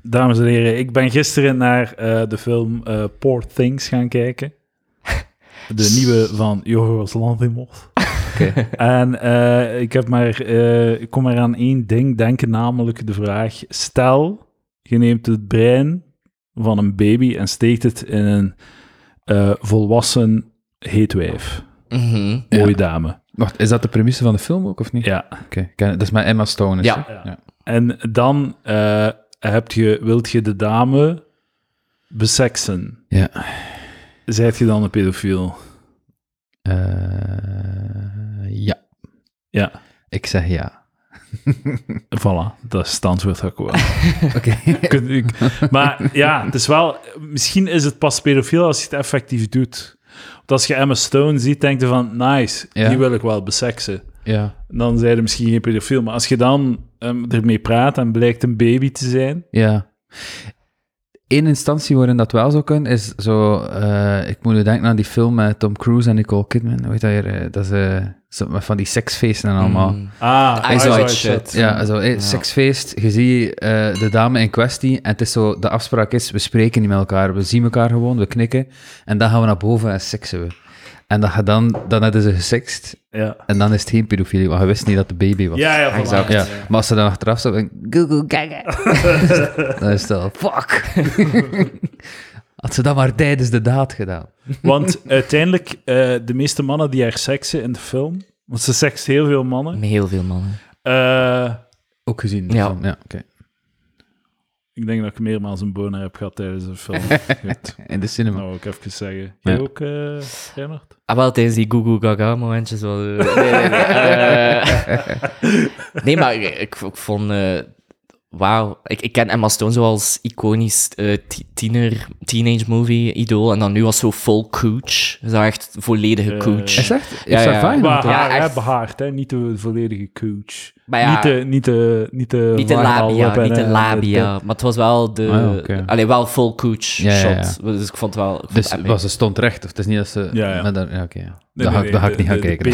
dames en heren, ik ben gisteren naar de film Poor Things gaan kijken. De nieuwe van Yorgos Lanthimos. Okay. En ik kon maar aan één ding denken, namelijk de vraag: stel, je neemt het brein van een baby en steekt het in een volwassen heet wijf. Mm-hmm. Mooie dame. Wacht, is dat de premisse van de film ook, of niet? Ja. Oké, dat is met Emma Stone. Is Ja. het? Ja. En dan wilt je de dame beseksen. Ja. Zijt je dan een pedofiel? Ja. Ja. Ik zeg ja. Voilà, dat is het antwoord dat ik wou. Oké. Maar ja, het is wel... Misschien is het pas pedofiel als je het effectief doet. Want als je Emma Stone ziet, denk je van... Nice, Ja. die wil ik wel beseksen. Ja. Dan zijn je misschien geen pedofiel. Maar als je dan ermee praat en blijkt een baby te zijn... Ja. Eén instantie waarin dat wel zou kunnen, is zo... ik moet nu denken aan die film met Tom Cruise en Nicole Kidman. Hoe heet dat hier? Dat is zo met van die seksfeesten en allemaal. Eyes Wide Shut. Ja, zo, seksfeest, je ziet de dame in kwestie en het is zo, de afspraak is, we spreken niet met elkaar, we zien elkaar gewoon, we knikken en dan gaan we naar boven en seksen we. En dat je dan hebben ze gesext Ja. en dan is het geen pedofilie, want je wist niet dat de baby was. Ja, Exact. Ja, maar als ze dan achteraf zo van, Google gaga, dan is het al, fuck. Had ze dat maar tijdens de daad gedaan. Want uiteindelijk, de meeste mannen die haar seksen in de film... Want ze sekst heel veel mannen. Met heel veel mannen. Ook gezien. Ja. Ja, oké. Ik denk dat ik meermaals een boner heb gehad tijdens de film. Goed. In de cinema. Nou, ook even zeggen. Jij Ja. ook, Reinhard? Wel, tijdens die Google Gaga momentjes wel... Nee, maar ik vond... Wauw. Ik ken Emma Stone zoals iconisch teenage movie idool. En dan nu als zo full cooch. Zo echt volledige cooch. Is dat echt? Ja, Is ja. dat fijn? Maar Ja, haar, echt. hè, behaard, hè? Niet de volledige coach. Maar ja, Niet de niet de labia. Maar het was wel de... Ah, oké. Allee, wel full cooch Ja, shot. ja, ja. Dus ik vond het wel... Dus epic. was ze stond recht, of het is niet dat ze... Ja, ja. Met dat, ja, oké. Ja. Dat ga ik niet gaan kijken.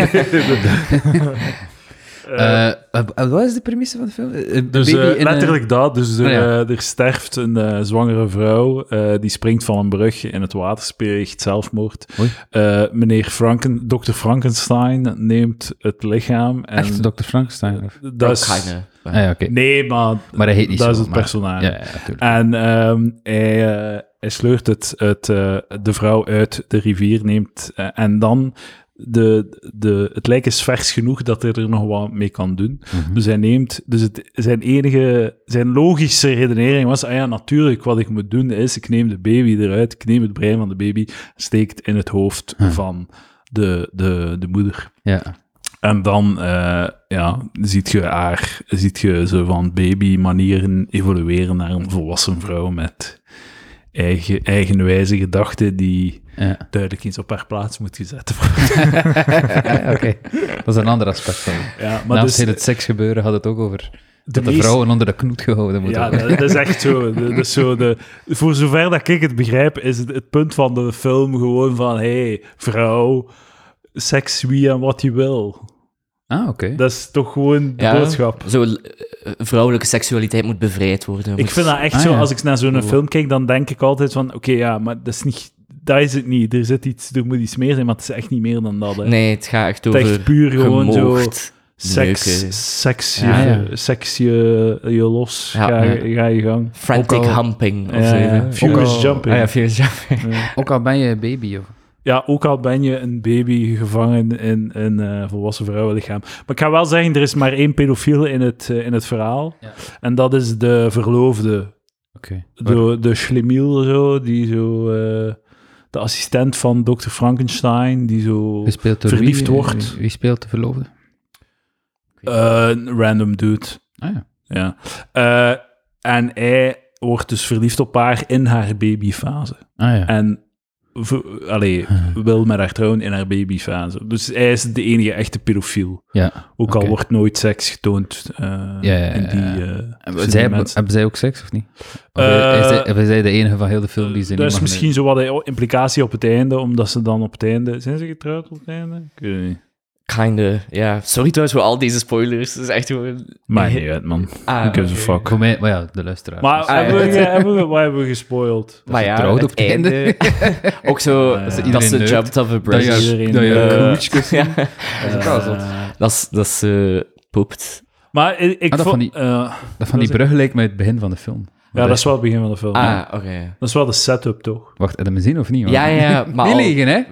Wat is de premisse van de film? Dus letterlijk dat. Dus Oh, ja. er sterft een zwangere vrouw. Die springt van een brug in het water, pleegt zelfmoord. Oei. Meneer Dr. Frankenstein neemt het lichaam. En Echt Dr. Frankenstein? Of? dat is... Kinda. Ah, ja, oké. Nee, maar Maar hij heet niet dat zo. is het maar- personage. Ja, ja, natuurlijk. En hij sleurt de vrouw uit de rivier, neemt... en dan... het lijk is vers genoeg dat hij er nog wat mee kan doen. Mhm. Dus hij neemt... Dus zijn logische redenering was, natuurlijk, wat ik moet doen is, ik neem de baby eruit, ik neem het brein van de baby, steek het in het hoofd van de moeder. Ja. En dan ziet je zo van baby-manieren evolueren naar een volwassen vrouw met eigenwijze gedachten die duidelijk eens op haar plaats moet gezet worden. Ja, oké. Dat is een ander aspect van. Ja, maar Naast dus, heel het seksgebeuren had het ook over dat de meest- vrouwen onder de knoet gehouden moeten ja, worden. dat is echt zo. Dat is zo voor zover dat ik het begrijp, is het punt van de film gewoon van, hey, vrouw, seks wie en wat je wil. Ah, oké. Dat is toch gewoon de Ja, boodschap. Zo, vrouwelijke seksualiteit moet bevrijd worden. Ik vind dat echt Ah, zo, ja. als ik naar zo'n film kijk, dan denk ik altijd van, oké, ja, maar dat is het niet. Er moet iets meer zijn, maar het is echt niet meer dan dat. Hè. Nee, het gaat echt Het over... is echt puur gewoon zo gemoogd neuken. seks je los, Ja, ga je gang. Frantic Ook al- humping. Of Ja, zo, ja. hè. Furious Ook al- jumping. Ah ja, Furious jumping. Ook al ben je een baby. Of... Ja, ook al ben je een baby gevangen in een volwassen vrouwenlichaam. Maar ik ga wel zeggen, er is maar één pedofiel in het verhaal. Ja. En dat is de verloofde. Oké. De Schlemiel, zo, die zo... de assistent van Dr. Frankenstein, die zo Gespeeld door verliefd wie? wordt. Wie speelt de verloofde? Een random dude. Ah ja. Ja. En hij wordt dus verliefd op haar in haar babyfase. Ah ja. En wil met haar trouwen in haar babyfase. Dus hij is de enige echte pedofiel. Ja. Ook al Oké. wordt nooit seks getoond in die... Hebben zij ook seks, of niet? Of is zij de enige van heel de film die ze niet dat is mag misschien zo wat de implicatie op het einde, omdat ze dan op het einde... Zijn ze getrouwd op het einde? Ik weet het niet. Kinda, ja. Sorry trouwens voor al deze spoilers. Het is echt gewoon... Maar niet uit, man. Ah, Who gives a fuck. Voor mij, maar ja, de luisteraar. Maar Ah, ja. wat hebben we gespoild? Maar ja, trouwt op het het einde. einde. Ook zo, Dat dat iedereen ze neukt. jumped off a dat bridge. je cooch Ja, dat is ook wel zot. dat ze poept. Maar ik dat vond... van die- Dat van die brug lijkt mij het begin van de film. ja, dat is wel het begin van de film. Ah, oké. Dat is wel de setup, toch? Wacht, heb je hem gezien of niet? Ja, ja, maar Niet al- liegen, hè?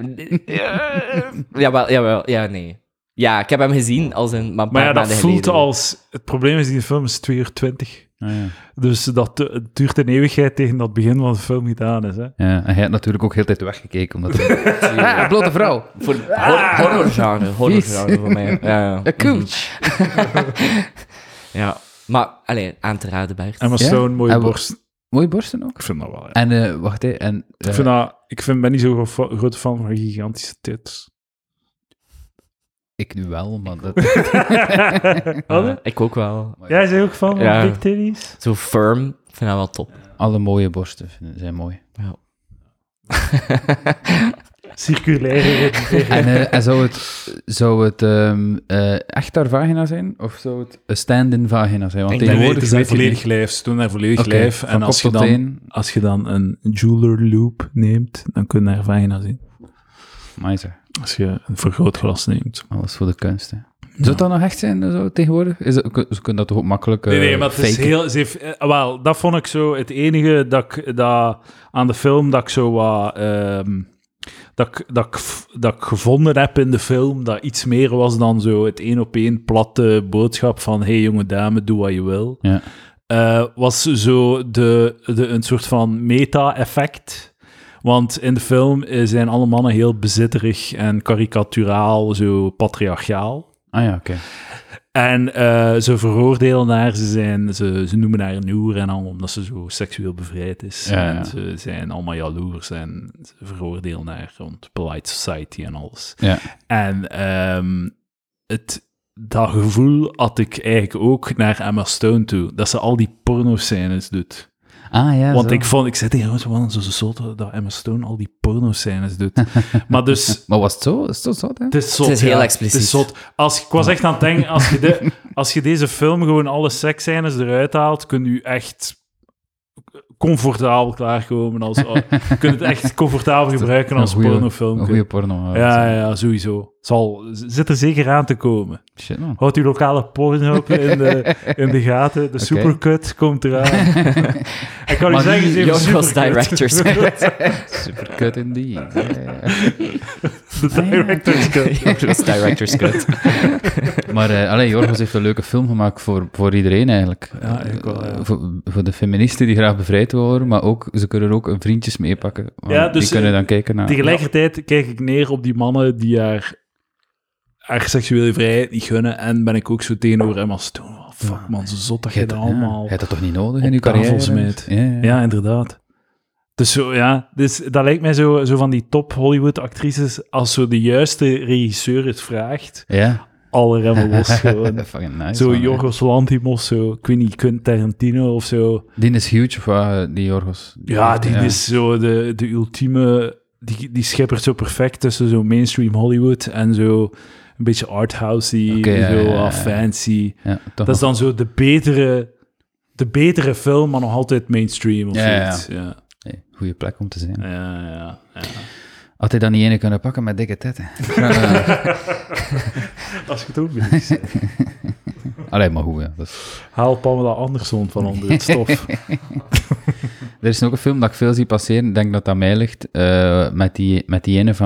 Jawel, ja, nee. Ja, ik heb hem gezien als een maar een Maar ja, paar dat maanden voelt geleden. als... Het probleem is, die film is 2 uur 20. Ah, ja. Dus het duurt een eeuwigheid tegen dat begin van de film gedaan is, hè. Ja, en hij had natuurlijk ook heel de tijd weggekeken, omdat hij... blote vrouw. Voor horrorgenre voor mij. Ja. A cooch. Ja, maar, allee, aan te raden, Bert. Emma Ja? Stone, mooie En borst. Mooie borsten ook. Ik vind dat wel, ja. En, wacht, hè. En, Ben niet zo'n grote fan van gigantische tits. ik nu wel, maar dat... Ik ook wel. Jij bent ook fan van Ja. big titties? Zo firm, ik vind dat wel top. Alle mooie borsten zijn mooi. Ja. Circulaire En zou het echt haar vagina zijn? Of zou het een stand-in vagina zijn? Want Ik Nee, tegenwoordig het is weet je volledig niet. lijf. Ze doen daar volledig Oké, lijf. van En kop als je, tot dan, teen. als je dan een jeweler loop neemt, dan kun je naar vagina zien. Maar zeg, Als je een vergrootglas neemt. alles voor de kunst, hè. Zou dat nog echt zijn, zo, tegenwoordig? Ze kunnen dat toch ook makkelijk Nee, maar het is faken? heel... Ze heeft, wel, dat vond ik zo het enige dat aan de film dat ik zo wat... dat ik gevonden heb in de film, dat iets meer was dan zo het 1-op-1 platte boodschap van hey jonge dame, doe wat je wil. Ja. Was zo een soort van meta-effect. Want in de film zijn alle mannen heel bezitterig en karikaturaal, zo patriarchaal. Ah ja, oké. En ze veroordelen haar, ze noemen haar een hoer en al, omdat ze zo seksueel bevrijd is. Ja, ja. En ze zijn allemaal jaloers en ze veroordelen haar rond polite society en alles. Ja. En dat gevoel had ik eigenlijk ook naar Emma Stone toe, dat ze al die porno-scènes doet. Ah ja, Want zo. ik zei tegen haar, zo zot dat Emma Stone al die porno-scènes doet. Maar dus... Maar was het zo? Is het zo, hè? Het is zot, Het is heel ja. expliciet. Het is zot. Ik was echt aan het denken, als je deze film gewoon alle seksscènes eruit haalt, kun je echt comfortabel klaarkomen. Je kunt het echt comfortabel gebruiken als pornofilm. Een goede porno. Ja, sowieso. Zit er zeker aan te komen. Shit, man. Houd uw lokale porno in de gaten. De supercut komt eraan. Ik kan u Maar zeggen, ze heeft een Yorgos supercut. Director's Cut. Supercut indeed. Ja. De director's cut. Yorgos Director's Cut. Maar allee, Yorgos heeft een leuke film gemaakt voor iedereen eigenlijk. Ja, eigenlijk wel, ja. Voor de feministen die graag bevrijd worden, maar ook, ze kunnen er ook een vriendjes meepakken. Want Ja, dus, die kunnen dan kijken naar... Tegelijkertijd kijk ik neer op die mannen die haar seksuele vrijheid niet gunnen. En ben ik ook zo tegenover Emma Stone. Oh, fuck man, zo zot dat je dat allemaal Je hebt dat toch niet nodig in op je tafel carrière? smijt. Ja. Ja, inderdaad. Dus zo, ja, dus dat lijkt mij zo van die top Hollywood-actrices, als zo de juiste regisseur het vraagt, Ja. alle remmen los gewoon. Fucking nice. Zo man, hè. Yorgos Lanthimos, zo, ik weet niet, Quentin Tarantino of zo. Die is huge, of wat, die Yorgos? Ja, die is zo de ultieme... Die schippert zo perfect tussen zo mainstream Hollywood en zo een beetje arthousey, Oké, ja, zo ja, ja. fancy. Ja, toch Dat is dan zo de betere film, maar nog altijd mainstream of Ja, zoiets. Ja. Nee, goede plek om te zijn. Ja. Had hij dan niet ene kunnen pakken met dikke tetten? Als je het ook weet. Allee, maar goed, ja. Dat is... Haal Pamela Anderson van onder het stof. Er is nog een film dat ik veel zie passeren, ik denk dat dat mij ligt, met die ene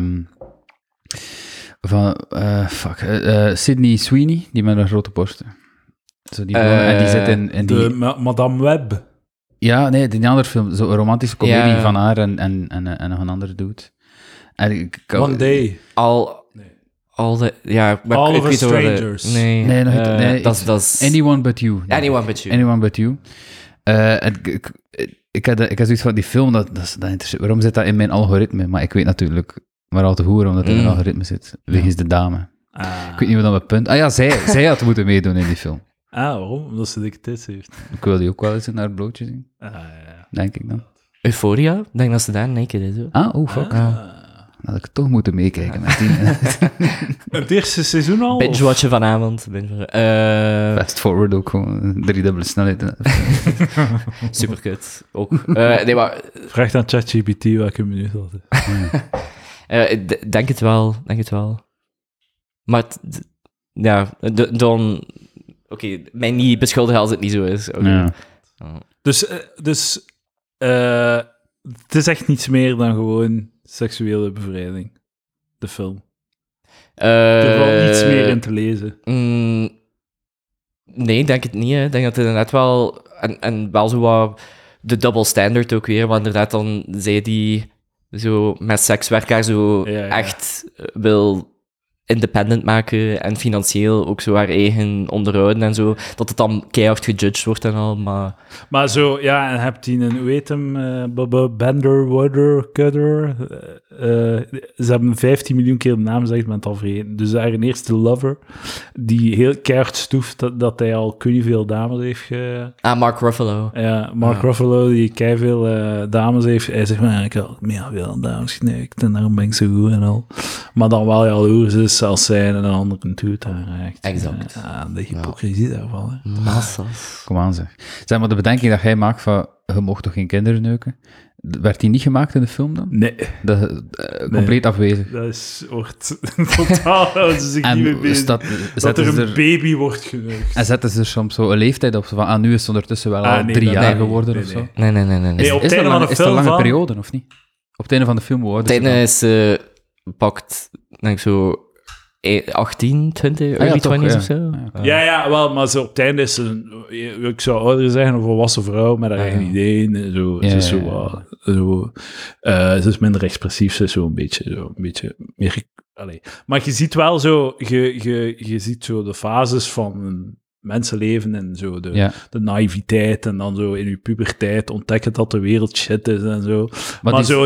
van Sydney Sweeney, die met een grote borsten. Zo die, en die zit in die... Madame Web. Ja, nee, die andere film, zo'n romantische comedie Ja. van haar en nog een andere dude. En One Day. All the... Ja, maar All ik of weet Us wel de- Strangers. Nee, nog niet. Nee, dat is... Anyone But You. Anyone But You. Anyone But You. En ik had zoiets van die film, dat interesseert. Waarom zit dat in mijn algoritme? Maar ik weet natuurlijk maar al te goed omdat het in mijn algoritme zit. Wegens de dame. Ik weet niet wat dat mijn punt... Ah ja, zij had moeten meedoen in die film. Waarom? Omdat ze dikke tits heeft. Ik wil die ook wel eens in haar blootje zien, Ja. denk ik dan. Euphoria? Ik denk dat ze daar naked is, hoor. Ah, oh, fuck. Ah. had ik toch moeten meekijken met die. Het eerste seizoen al? Binge-watchen vanavond. Fast forward ook gewoon, 3 snelheid. Superkut. Ook. Nee, maar... Vraag aan ChatGPT welke minuut dat is. Denk het wel. Maar ja, dan... Oké, mij niet beschuldigen als het niet zo is. Okay. Ja. Dus het is echt niets meer dan gewoon seksuele bevrijding, de film. Er valt niets meer in te lezen. Nee, ik denk het niet. Hè. Ik denk dat het inderdaad wel... En wel zo wat de double standard ook weer, want inderdaad dan zij die zo met sekswerker zo echt wil independent maken en financieel ook zo haar eigen onderhouden en zo, dat het dan keihard gejudged wordt en al, maar zo, ja, en hebt hij hoe heet hem, Bender, Wudder, Kudder, ze hebben 15 miljoen keer de naam gezegd, ik ben het al vergeten. Dus haar eerste lover, die heel keihard stoeft dat hij al kun je veel dames heeft Mark Ruffalo. Ja, Mark Ruffalo, die keiveel dames heeft. Hij zegt, ik heb meer veel dames geneukt en daarom ben ik zo goed en al. Maar dan wel jaloers is als zij en een ander een toet aanraakt. Exact. Ja, de hypocrisie daarvan. Hè. Massas. Kom aan, zeg. Zeg maar, de bedenking dat jij maakt van, je mocht toch geen kinderen neuken? Werd die niet gemaakt in de film dan? Nee. Compleet afwezig. Dat wordt totaal zich niet mee bezig. Dat er een baby wordt geneukt. En zetten ze er soms zo een leeftijd op? Van, nu is het ondertussen wel al 3 jaar geworden of zo? Nee. Op het einde van de film is het een lange periode, of niet? Op het einde van de film, hoe oud is het? Het einde is pakt, denk ik zo... 18, 20, early 20s of zo. Ja, wel, maar zo op het einde is ze, ik zou ouder zeggen, een volwassen vrouw met haar eigen ideeën. Ze is ze is minder expressief, ze is zo een beetje meer... Allez. Maar je ziet wel zo, je ziet zo de fases van een mensenleven en zo, de naïviteit en dan zo in je puberteit ontdekken dat de wereld shit is en zo. Maar zo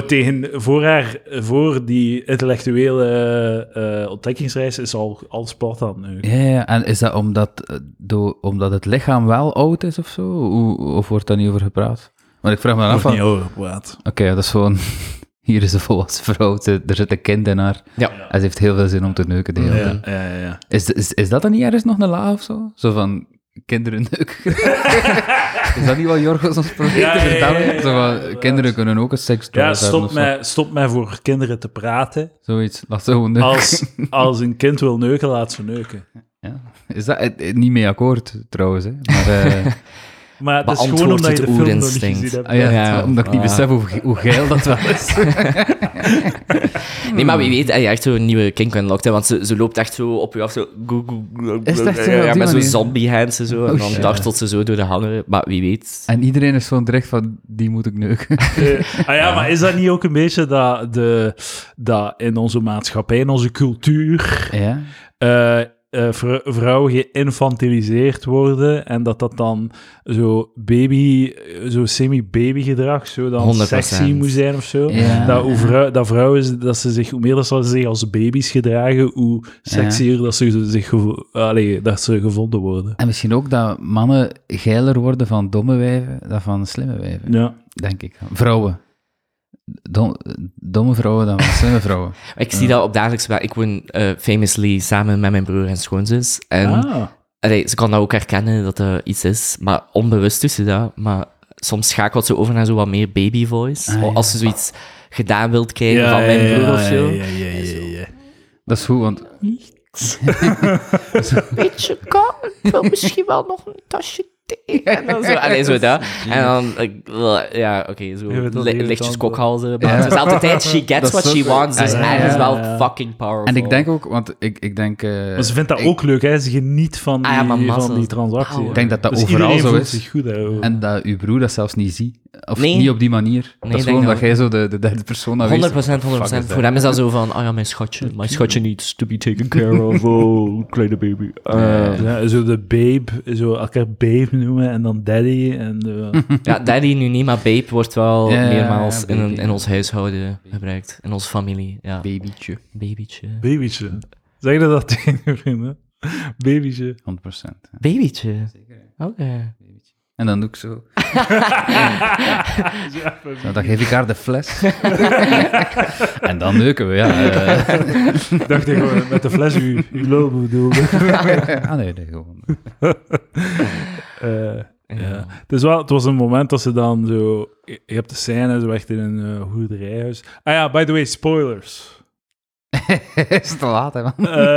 voor die intellectuele ontdekkingsreis is al alles plat aan nu. Ja, en is dat omdat het lichaam wel oud is of zo? Of wordt daar niet over gepraat? Want ik vraag me af... niet over gepraat. Oké, dat is gewoon... Hier is een volwassen vrouw, er zit een kind in haar. Ja. En ze heeft heel veel zin om te neuken. De hele tijd. Ja. Is dat dan niet ergens nog een laag of zo? Zo van, kinderen neuken. Is dat niet wat Jorgos ons probeert te vertellen? Zo van, kinderen kunnen ook een seksdrive hebben. Stop mij voor kinderen te praten. Zoiets, laat ze gewoon neuken. Als een kind wil neuken, laat ze neuken. Ja. Is dat niet mee akkoord, trouwens, hè? Maar... Maar het is gewoon omdat je de film nog niet gezien hebt. Omdat ik niet besef hoe geil dat wel is. Nee, maar wie weet, echt zo'n nieuwe Kink Unlocked, hè, want ze loopt echt zo op je af, zo... Is het echt zo? Met zo'n zombie-hands en zo, en dan dartelt ze zo door de hangeren, maar wie weet. En iedereen is zo'n direct van, die moet ik neuken. Maar is dat niet ook een beetje dat in onze maatschappij, in onze cultuur... vrouwen geïnfantiliseerd worden en dat dan zo semi-baby gedrag zo dan 100%. sexy moet zijn of zo. Ja. Dat vrouwen, hoe meer dat ze zich als baby's gedragen, hoe sexier dat ze gevonden worden. En misschien ook dat mannen geiler worden van domme wijven dan van slimme wijven. Ja. Denk ik. Vrouwen. Domme vrouwen dan slimme vrouwen. Ik zie dat op dagelijks wel. Ik woon famously samen met mijn broer en schoonzus. En ze kan dat ook herkennen dat er iets is. Maar onbewust doet ze dat. Maar soms schakelt ze over naar zo wat meer baby voice. Als ze zoiets gedaan wilt krijgen van mijn broer of zo. Ja. Dat is goed, want... Weet je, ik wil misschien wel nog een tasje thee. En dan zo dat. En dan, zo lichtjes kokhalzen. Maar het is altijd, she gets what she wants. Dus hij is wel fucking powerful. En ik denk ook, want ik denk... maar ze vindt dat ook leuk, hè. Ze geniet van die transactie. Ik denk dat dus overal zo is. Zich goed, en dat uw broer dat zelfs niet ziet. Of niet op die manier. Dat is gewoon dat jij zo de derde persoon aanwezig 100%. Voor hem is dat zo van, mijn schatje needs to be taken care of. Oh, kleine baby. Zo de babe, zo elkaar babe noemen en dan daddy. Ja, daddy nu niet, maar babe wordt wel meermaals in ons huishouden gebruikt. In onze familie, ja. Babytje. Zeg je dat tegen je vrienden? Babytje. 100%. Babytje? Oké. En dan doe ik zo. Zo, dan geef ik haar de fles. En dan neuken we, ja. Dacht ik gewoon met de fles uw lul bedoelde. Nee, gewoon. Ja. Het was een moment dat ze dan zo... Je hebt de scène, ze werkt in een hoerderijhuis. Ah ja, by the way, spoilers. Is het te laat, hè, man?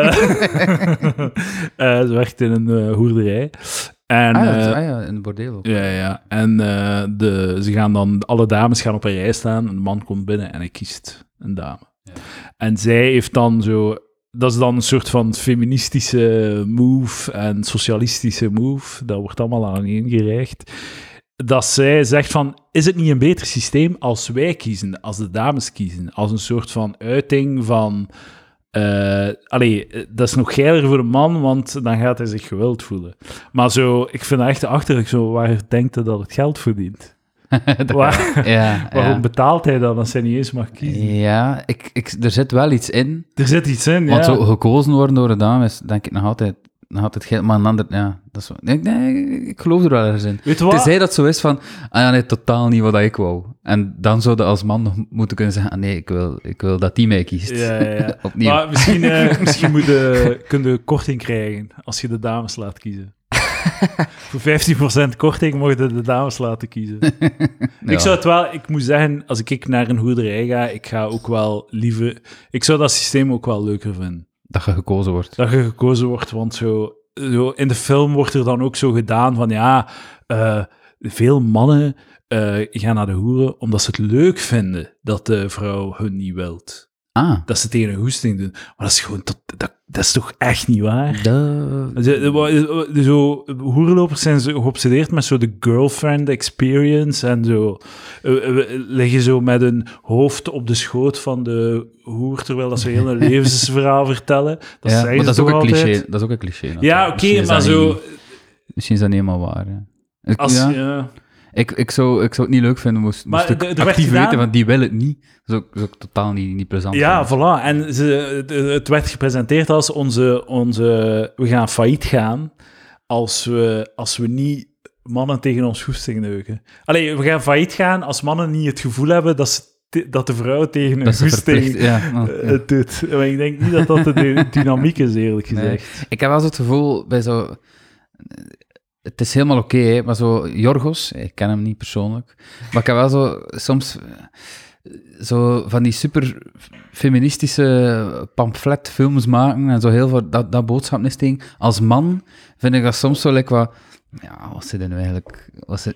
Ze werkt in een hoerderij. En, in een bordeel ook. Ja. En ze gaan dan... Alle dames gaan op een rij staan. En de man komt binnen en hij kiest een dame. Ja. En zij heeft dan zo... Dat is dan een soort van feministische move en socialistische move. Dat wordt allemaal aaneengereikt. Dat zij zegt van, is het niet een beter systeem als wij kiezen, als de dames kiezen? Als een soort van uiting van... dat is nog geiler voor de man, want dan gaat hij zich gewild voelen. Maar zo, ik vind dat echt achterlijk zo, waar denkt hij dat het geld verdient? Waarom betaalt hij dan als hij niet eens mag kiezen? Ja, er zit wel iets in. Er zit iets in, want zo gekozen worden door de dames, denk ik nog altijd geld, maar een ander, ja, dat is zo. Ik geloof er wel ergens in. Weet je wat? Tenzij dat zo is van, totaal niet wat ik wou. En dan zou je als man nog moeten kunnen zeggen, nee, ik wil dat die mij kiest. Ja. Opnieuw. Maar misschien kun je korting krijgen als je de dames laat kiezen. Voor 15% korting mogen de dames laten kiezen. Ja. Ik moet zeggen, als ik naar een hoerderij ga, ik ga ook wel liever... Ik zou dat systeem ook wel leuker vinden. Dat je gekozen wordt. Want zo in de film wordt er dan ook zo gedaan van, veel mannen gaan naar de hoeren omdat ze het leuk vinden dat de vrouw hun niet wilt. Dat ze tegen een hoesting doen. Maar dat is gewoon... Dat is toch echt niet waar? Zo, hoerenlopers zijn zo geobsedeerd met zo de girlfriend experience en zo. Liggen zo met hun hoofd op de schoot van de hoer, terwijl dat ze heel een levensverhaal vertellen. Dat maar dat is ook een cliché. Altijd. Dat is ook een cliché. Ja, oké, maar zo... Misschien is dat niet helemaal waar. Ja. Ik zou het niet leuk vinden, moest ik actief weten, want die wil het niet. Dat is ook totaal niet plezant. Ja, voilà. En het werd gepresenteerd als we gaan failliet gaan als we niet mannen tegen ons hoesting neuken. Allee, we gaan failliet gaan als mannen niet het gevoel hebben dat de vrouw tegen een hoesting doet. Maar ik denk niet dat de dynamiek is, eerlijk gezegd. Nee. Ik heb wel zo het gevoel bij zo... Het is helemaal oké, maar zo Yorgos, ik ken hem niet persoonlijk, maar ik heb wel zo soms zo van die super feministische pamfletfilms maken en zo heel veel dat boodschapnisting. Als man vind ik dat soms zo lekker wat... Ja, wat zit er nu eigenlijk...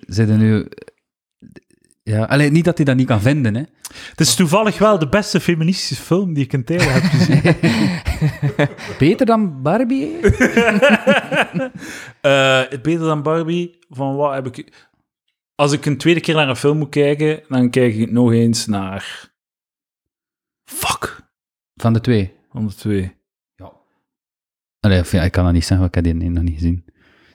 Ja, alleen niet dat hij dat niet kan vinden, hè. Het is toevallig wel de beste feministische film die ik in tijden heb gezien. Beter dan Barbie? Beter dan Barbie? Van wat heb ik... Als ik een tweede keer naar een film moet kijken, dan kijk ik nog eens naar... Fuck. Van de twee? Van de twee. Ja. Allee, ik kan dat niet zeggen, want ik heb die nog niet gezien.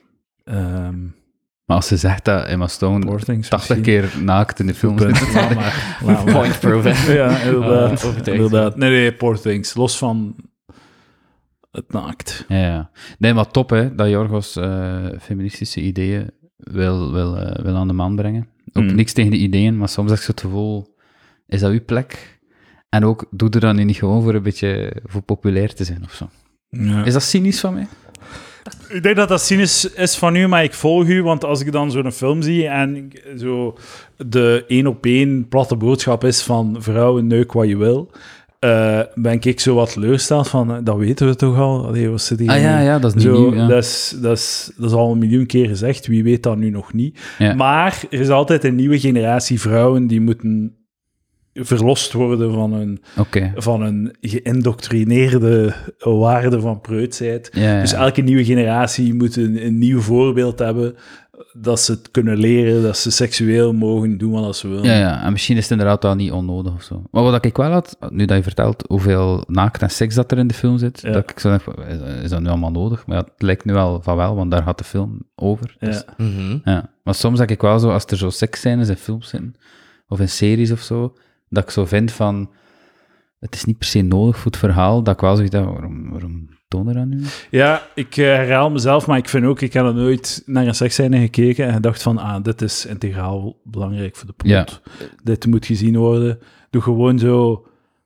Maar als ze zegt dat Emma Stone 80 keer naakt in de film zit... Laat maar. Point proven. Ja, inderdaad. Nee, Poor Things. Los van het naakt. Ja. Nee, maar top, hè, dat Yorgos feministische ideeën wil aan de man brengen. Ook niks tegen de ideeën, maar soms heb ik zo het gevoel... Is dat uw plek? En ook, doe er dan niet gewoon voor een beetje... voor populair te zijn, of zo. Ja. Is dat cynisch van mij? Ik denk dat dat cynisch is van u, maar ik volg u, want als ik dan zo'n film zie en zo de 1-op-1 platte boodschap is van vrouwen, neuk wat je wil, ben ik zo wat teleurgesteld van, dat weten we toch al? Allee, was het ja, dat is niet nieuw. Ja. Dat is al 1 miljoen keer gezegd, wie weet dat nu nog niet. Ja. Maar er is altijd een nieuwe generatie vrouwen die moeten verlost worden van een geïndoctrineerde waarde van preutsheid. Ja. Dus elke nieuwe generatie moet een nieuw voorbeeld hebben dat ze het kunnen leren, dat ze seksueel mogen doen wat ze willen. Ja, en misschien is het inderdaad wel niet onnodig of zo. Maar wat ik wel had, nu dat je vertelt hoeveel naakt en seks dat er in de film zit, dat ik zo denk, is dat nu allemaal nodig? Maar het lijkt nu wel van wel, want daar gaat de film over. Dus, Maar soms denk ik wel zo, als er zo seksscènes in films zijn, of in series of zo, dat ik zo vind van... het is niet per se nodig voor het verhaal, dat ik wel zoiets heb, waarom tonen dat nu? Ja, ik herhaal mezelf, maar ik vind ook, ik heb er nooit naar een seksscène gekeken en gedacht van, dit is integraal belangrijk voor de plot. Ja. Dit moet gezien worden. Doe gewoon zo...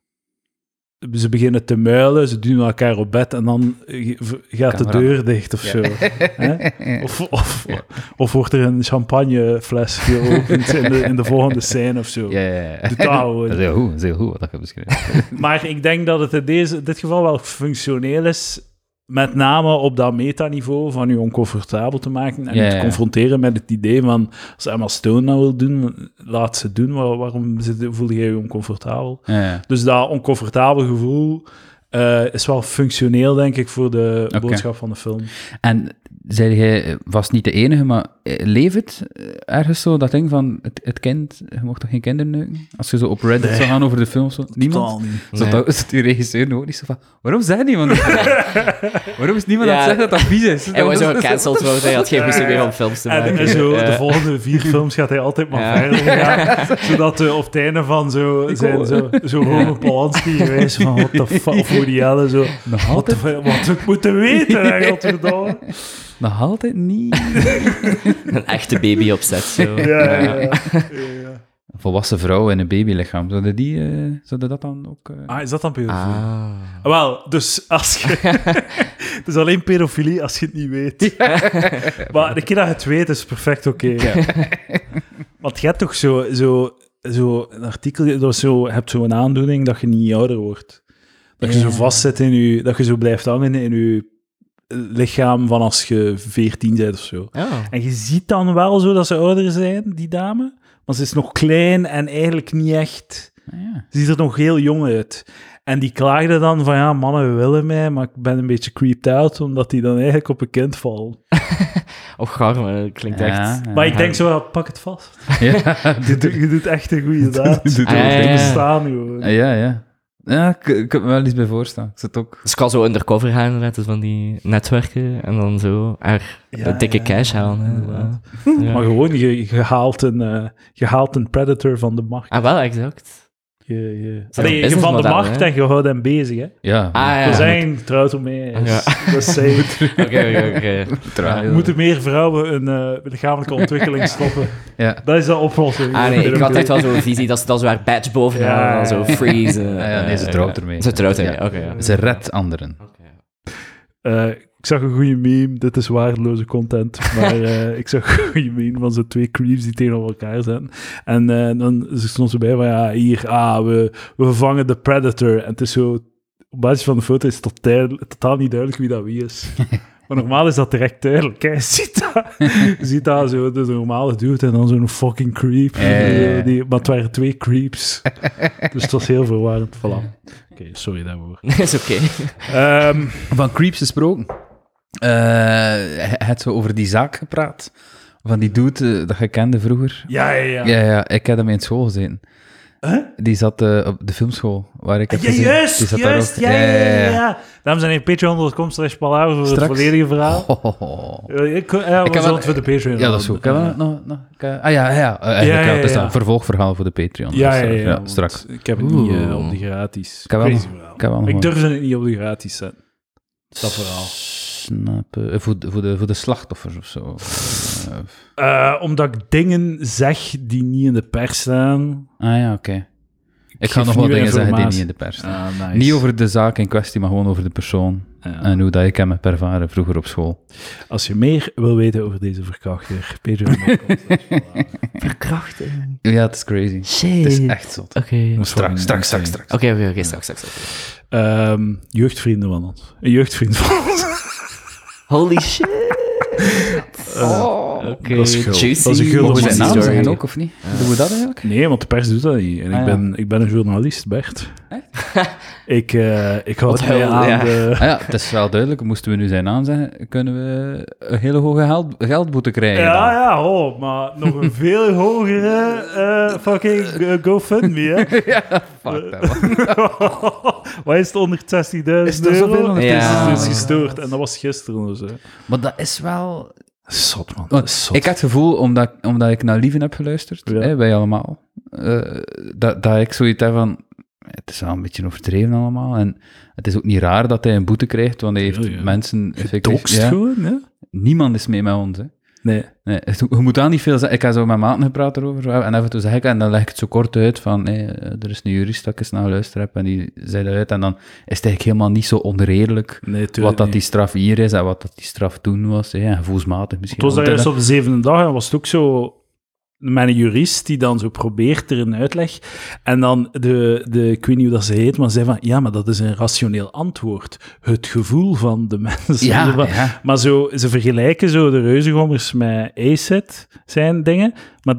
Ze beginnen te muilen, ze duwen elkaar op bed en dan gaat de Camera. deur dicht of zo. Hè? Of wordt er een champagnefles geopend in de volgende scène of zo. Ja. Doe dat gewoon. Dat is heel goed wat dat je beschreven. Maar ik denk dat het in dit geval wel functioneel is, met name op dat metaniveau van je oncomfortabel te maken en je te confronteren met het idee van, als Emma Stone nou wil doen, laat ze doen, waarom voel jij je oncomfortabel? Ja. Dus dat oncomfortabel gevoel is wel functioneel, denk ik, voor de boodschap van de film. En zei jij, was niet de enige, maar leeft het ergens zo, dat ding van het kind, je mocht toch geen kinderen neuken? Als je zo op Reddit zou gaan over de film, zo, niemand? Totaal niet. Zo, dat is die regisseur nu ook niet zo van, waarom zei niemand dat? Waarom is niemand aan het zeggen dat dat vies is? Hij was zo gecanceld worden, hij had geen goesting meer om films te maken. En zo, de volgende 4 films gaat hij altijd maar verder gaan, zodat op het einde van zo Roman Polanski geweest van, what the fuck, of Woody Allen, zo, wat we moeten weten, hè, godverdomme. Nog altijd niet. Een echte baby op set, zo. Ja. Een volwassen vrouw in een babylichaam, zouden dat dan ook... Is dat dan pedofilie? Wel, dus als je... Het is alleen pedofilie als je het niet weet. Maar de keer dat je het weet, is het perfect oké. Want je hebt toch zo een artikel, je hebt zo'n aandoening dat je niet ouder wordt. Dat je zo vastzit in je... Dat je zo blijft hangen in je lichaam van als je 14 bent of zo. Oh. En je ziet dan wel zo dat ze ouder zijn, die dame. Maar ze is nog klein en eigenlijk niet echt... Ze ziet er nog heel jong uit. En die klaagde dan van, ja, mannen willen mij, maar ik ben een beetje creeped out, omdat die dan eigenlijk op een kind vallen. Och, garme, dat klinkt echt... Ja. Maar ik denk zo, pak het vast. Ja. Je doet echt een goede daad. Je doet Het bestaan gewoon. Ja, ik heb me wel iets bij voorstaan. Ik zit ook... Dus ik kan zo undercover gaan met van die netwerken en dan zo dikke cash halen. inderdaad. Ja. Maar gewoon, je haalt een predator van de markt. Ah, wel, exact. Je een van de businessmodel, markt hè? en je houdt hem bezig, hè. Ja. Ah, We ja. zijn trouwt mee. Dat is safe. Oké. We moeten meer vrouwen een lichamelijke ontwikkeling stoppen. Ja. Dat is de oplossing. Ah, nee, ik had echt wel zo'n visie dat ze dan zo haar badge bovenaan Ja, en dan zo freeze. Nee, ze trouwt ermee. Ze trouwt ermee, oké. Ja. Ze redt anderen. Ik zag een goede meme, dit is waardeloze content, maar ik zag een goede meme van zo 2 creeps die tegenover elkaar zijn. En dan stond ze bij van, ja, hier, we vervangen de Predator. En het is zo, op basis van de foto is het totaal niet duidelijk wie is. Maar normaal is dat direct duidelijk. Hè. Je ziet dat zo, de normale dude en dan zo'n fucking creep. Maar het waren 2 creeps. Dus het was heel verwarrend. Voilà. Oké, sorry daarvoor. Is oké. Van creeps gesproken. Hij had zo over die zaak gepraat. Van die dude dat je kende vroeger. Ja. Ik heb hem in school gezeten. Huh? Die zat op de filmschool, waar ik heb Ja, gezien. juist, Die zat juist. daar ook. Ja. Dames en heren, patreon.com/palaver voor het Straks. volledige verhaal. Ik We heb zullen wel- het voor de Patreon Ja, dat is goed. Ik heb wel nog... Het is een vervolgverhaal voor de Patreon. Ja. Straks. Ik heb het niet op de gratis. Ik heb wel Crazy nog- verhaal. ik heb wel nog Ik wat. durfde het niet op de gratis zetten. Dat verhaal. Snap. Voor de slachtoffers of zo. Omdat ik dingen zeg die niet in de pers staan. Oké. Ik ga geef nog wel nu dingen zeggen die informatie. niet in de pers staan. Nice. Niet over de zaak in kwestie, maar gewoon over de persoon. Ja. En hoe dat ik hem heb ervaren vroeger op school. Als je meer wil weten over deze verkrachter, patreon.com/palaver. Verkrachting. Ja, het is crazy. Shit. Het is echt zot. Oké. Straks. Oké, straks. Jeugdvrienden van ons. Een jeugdvriend van ons. Holy shit. Oké, dat is gul. juicy. Dat is een gul Mogen we zijn Juicy naam story. zeggen ook, of niet? Doen we dat eigenlijk? Nee, want de pers doet dat niet. En ik ben een journalist, Bert. Ik houd Wat mij hel, aan ja. de... Het is wel duidelijk. Moesten we nu zijn naam zeggen, kunnen we een hele hoge geldboete krijgen. dan. Ja, maar nog een veel hogere fucking GoFundMe, hè? Fuck dat, man. Wat is het, 160.000 Is er zoveel euro? ondertussen? Het is gestoord. En dat was gisteren of zo. Maar dat is wel... Zot, man. Want Zot. ik had het gevoel, omdat ik naar Lieven heb geluisterd, Ja. wij allemaal, dat ik zoiets heb van... het is wel een beetje overdreven allemaal. En het is ook niet raar dat hij een boete krijgt, want hij heeft mensen... Gedokst gewoon, hè? Niemand is mee met ons, hè. Nee. Je moet daar niet veel zeggen. Ik heb zo met maten gepraat erover, en af en toe zeg ik, en dan leg ik het zo kort uit van, er is een jurist dat ik eens naar geluisterd heb, en die zei dat uit, en dan is het eigenlijk helemaal niet zo onredelijk wat dat die straf hier is, en wat dat die straf toen was, en gevoelsmatig misschien. Het was daar op de 7e dag, en was het ook zo... Met een jurist die dan zo probeert er een uitleg. En dan ik weet niet hoe dat ze heet, maar zei van, ja, maar dat is een rationeel antwoord. Het gevoel van de mensen. Ja. Maar zo, ze vergelijken zo de reuzengommers met ACID, zijn dingen. Maar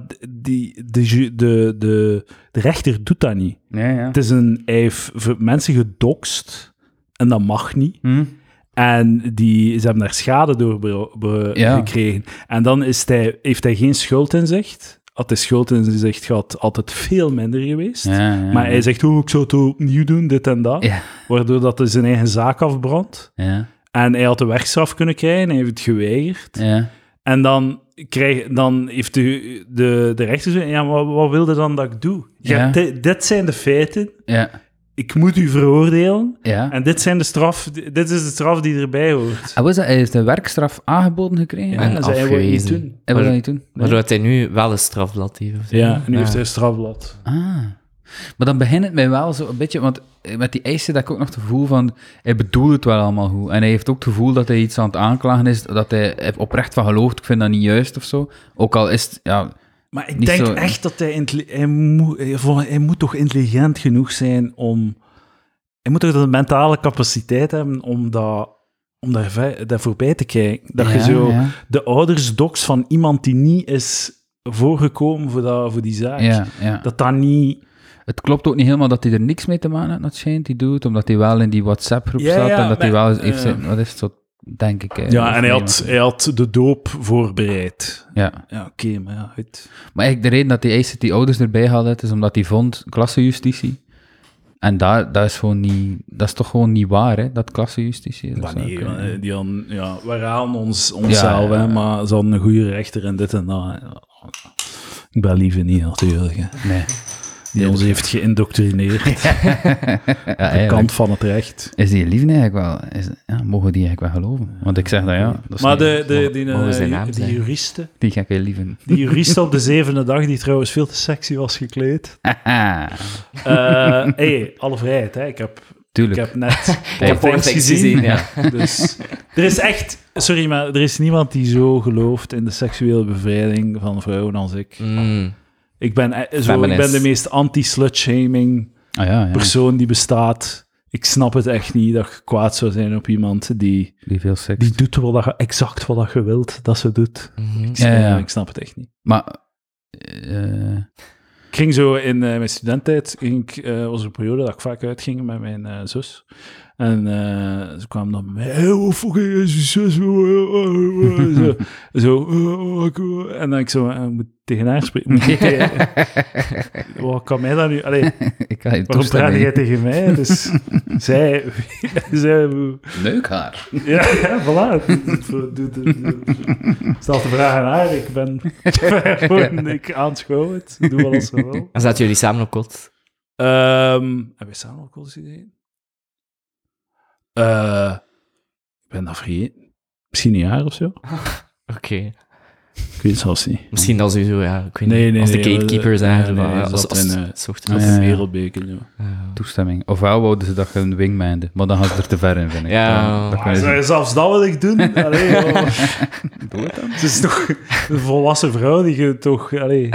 de rechter doet dat niet. Ja. Het is hij heeft mensen gedoxt en dat mag niet. En ze hebben daar schade door gekregen. En dan heeft hij geen schuldinzicht. Had hij schuldinzicht gehad, altijd veel minder geweest. Maar hij zegt, ik zou het opnieuw doen, dit en dat. Ja. Waardoor dat hij zijn eigen zaak afbrandt. Ja. En hij had de werkstraf kunnen krijgen, hij heeft het geweigerd. Ja. En dan heeft de rechter gezegd, ja, maar wat wilde dan dat ik doe? Ja, dit zijn de feiten. Ja. Ik moet u veroordelen. Ja. En dit is de straf die erbij hoort. En hij heeft een werkstraf aangeboden gekregen? Ja, en afgewezen. Hij wil dat niet doen. Waardoor hij nu wel een strafblad heeft. Ja, nu heeft hij een strafblad. Maar dan begint het mij wel zo een beetje... Want met die eisen heb ik ook nog het gevoel van... Hij bedoelt het wel allemaal goed. En hij heeft ook het gevoel dat hij iets aan het aanklagen is, dat hij oprecht van gelooft. Ik vind dat niet juist of zo. Ook al is het... Ja, maar ik denk echt dat hij moet toch intelligent genoeg zijn om... Hij moet toch de mentale capaciteit hebben om daar voorbij te kijken. Dat je zo de ouders doxt van iemand die niet is voorgekomen voor die zaak. Dat niet... Het klopt ook niet helemaal dat hij er niks mee te maken heeft, dat schijnt, die doet, omdat hij wel in die WhatsApp-groep staat en dat hij wel heeft zijn... Wat is het zo... Denk ik. Ja, en hij had de doop voorbereid. Ja. Ja, oké, maar ja, goed. Maar eigenlijk de reden dat hij die ouders erbij had, is omdat hij vond klassenjustitie. En dat is toch gewoon niet waar, hè, dat klassenjustitie is. Maar nee, we halen onszelf, hè, maar ze hadden een goede rechter en dit en dat. Ik ben liever niet, natuurlijk. Hè. Nee. Die ons heeft geïndoctrineerd. De kant van het recht. Is die lief eigenlijk wel? Mogen die eigenlijk wel geloven? Want ik zeg dat dat maar die juristen... Die ga ik wel lieven. Die juristen op de 7e dag, die trouwens veel te sexy was gekleed. Alle vrijheid, hè. Ik heb net points gezien. Ja. Dus, er is echt... Sorry, maar er is niemand die zo gelooft in de seksuele bevrijding van vrouwen als ik. Ik ben de meest anti-slut-shaming persoon die bestaat. Ik snap het echt niet dat je kwaad zou zijn op iemand die veel seks. Die doet exact wat je wilt dat ze doet. Ik snap het echt niet. Maar... Ik ging zo in mijn studententijd, was er een periode dat ik vaak uitging met mijn zus. En ze kwamen dan bij mij, hoe fucking is je zus? En dan ik zo, moet tegen haar spreken. Wat kan mij dat nu? Allee, waarom praat jij tegen mij? Dus zij leuk haar. Ja, voilà. Stel de vraag aan haar, ik aanschouw het, doe wel als ze wil. En zaten jullie samen op kot? Hebben wij samen op kot gezeten? Ik ben dat vergeten. Misschien een jaar of zo. Oké. Ik weet het zelfs niet. Misschien als u zo, ik weet niet, als de gatekeeper zijn. Als wereldbeker. Toestemming. Ofwel wouden ze dat je een wingminde, maar dan gaat het er te ver in, vind ik. Ja. Zelfs dat wil ik doen. Doe het dan. Het is toch een volwassen vrouw die je toch...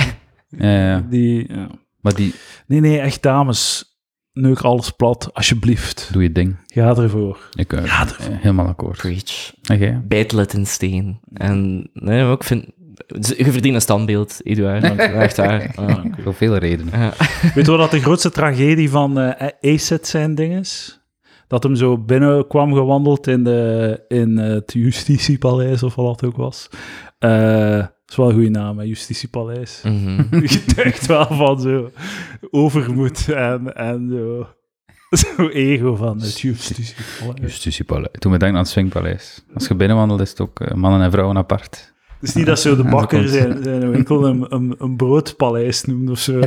Maar die... Nee, echt dames... Neuk alles plat, alsjeblieft. Doe je ding. Ga ervoor. Ik helemaal akkoord. Preach. Okay. Bijtel het in steen. En ik vind... Je verdient een standbeeld, Eduard. Echt waar. Voor veel redenen. Ja. Weet je wat de grootste tragedie van ACID zijn ding is? Dat hem zo binnen kwam gewandeld in het Justitiepaleis, of wat het ook was. Dat is wel een goede naam, hè? Justitiepaleis. Je tuigt wel van zo overmoed en zo ego van het Justitiepaleis. Justitiepaleis. Toen we denken aan het Swingpaleis. Als je binnenwandelt, is het ook mannen en vrouwen apart. Het is niet dat zo de bakker zijn winkel een broodpaleis noemt of zo.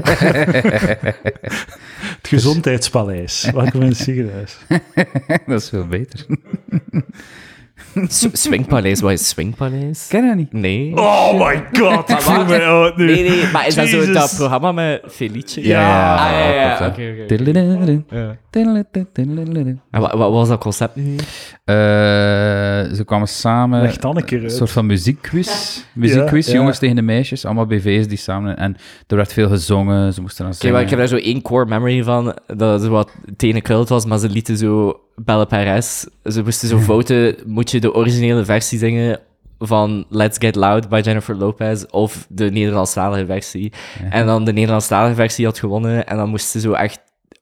Het gezondheidspaleis. Welkom in het ziekenhuis. Dat is veel beter. Swingpaleis, wat is Swingpaleis? Ken je dat niet? Nee. Oh my god, ik voel mij oud nu. Nee, maar is dat zo Jezus. dat programma met Felice? Ja. Ah, klopt, oké. Tiddelididdin. Ja. Tiddelididdin. En wat was dat concept nu? Ze kwamen samen... Leg dan een keer Een uit. soort van muziekquiz. Muziekquiz, Ja. jongens tegen de meisjes. Allemaal BV's die samen... En er werd veel gezongen. Ze moesten dan Oké, zingen. maar ik heb daar zo één core memory van, dat het wat tegen cult was, maar ze lieten zo Belle Perez, ze moesten zo fouten, moet je de originele versie zingen van Let's Get Loud by Jennifer Lopez, of de Nederlandstalige versie. Ja. En dan de Nederlandstalige versie had gewonnen, en dan moesten ze zo echt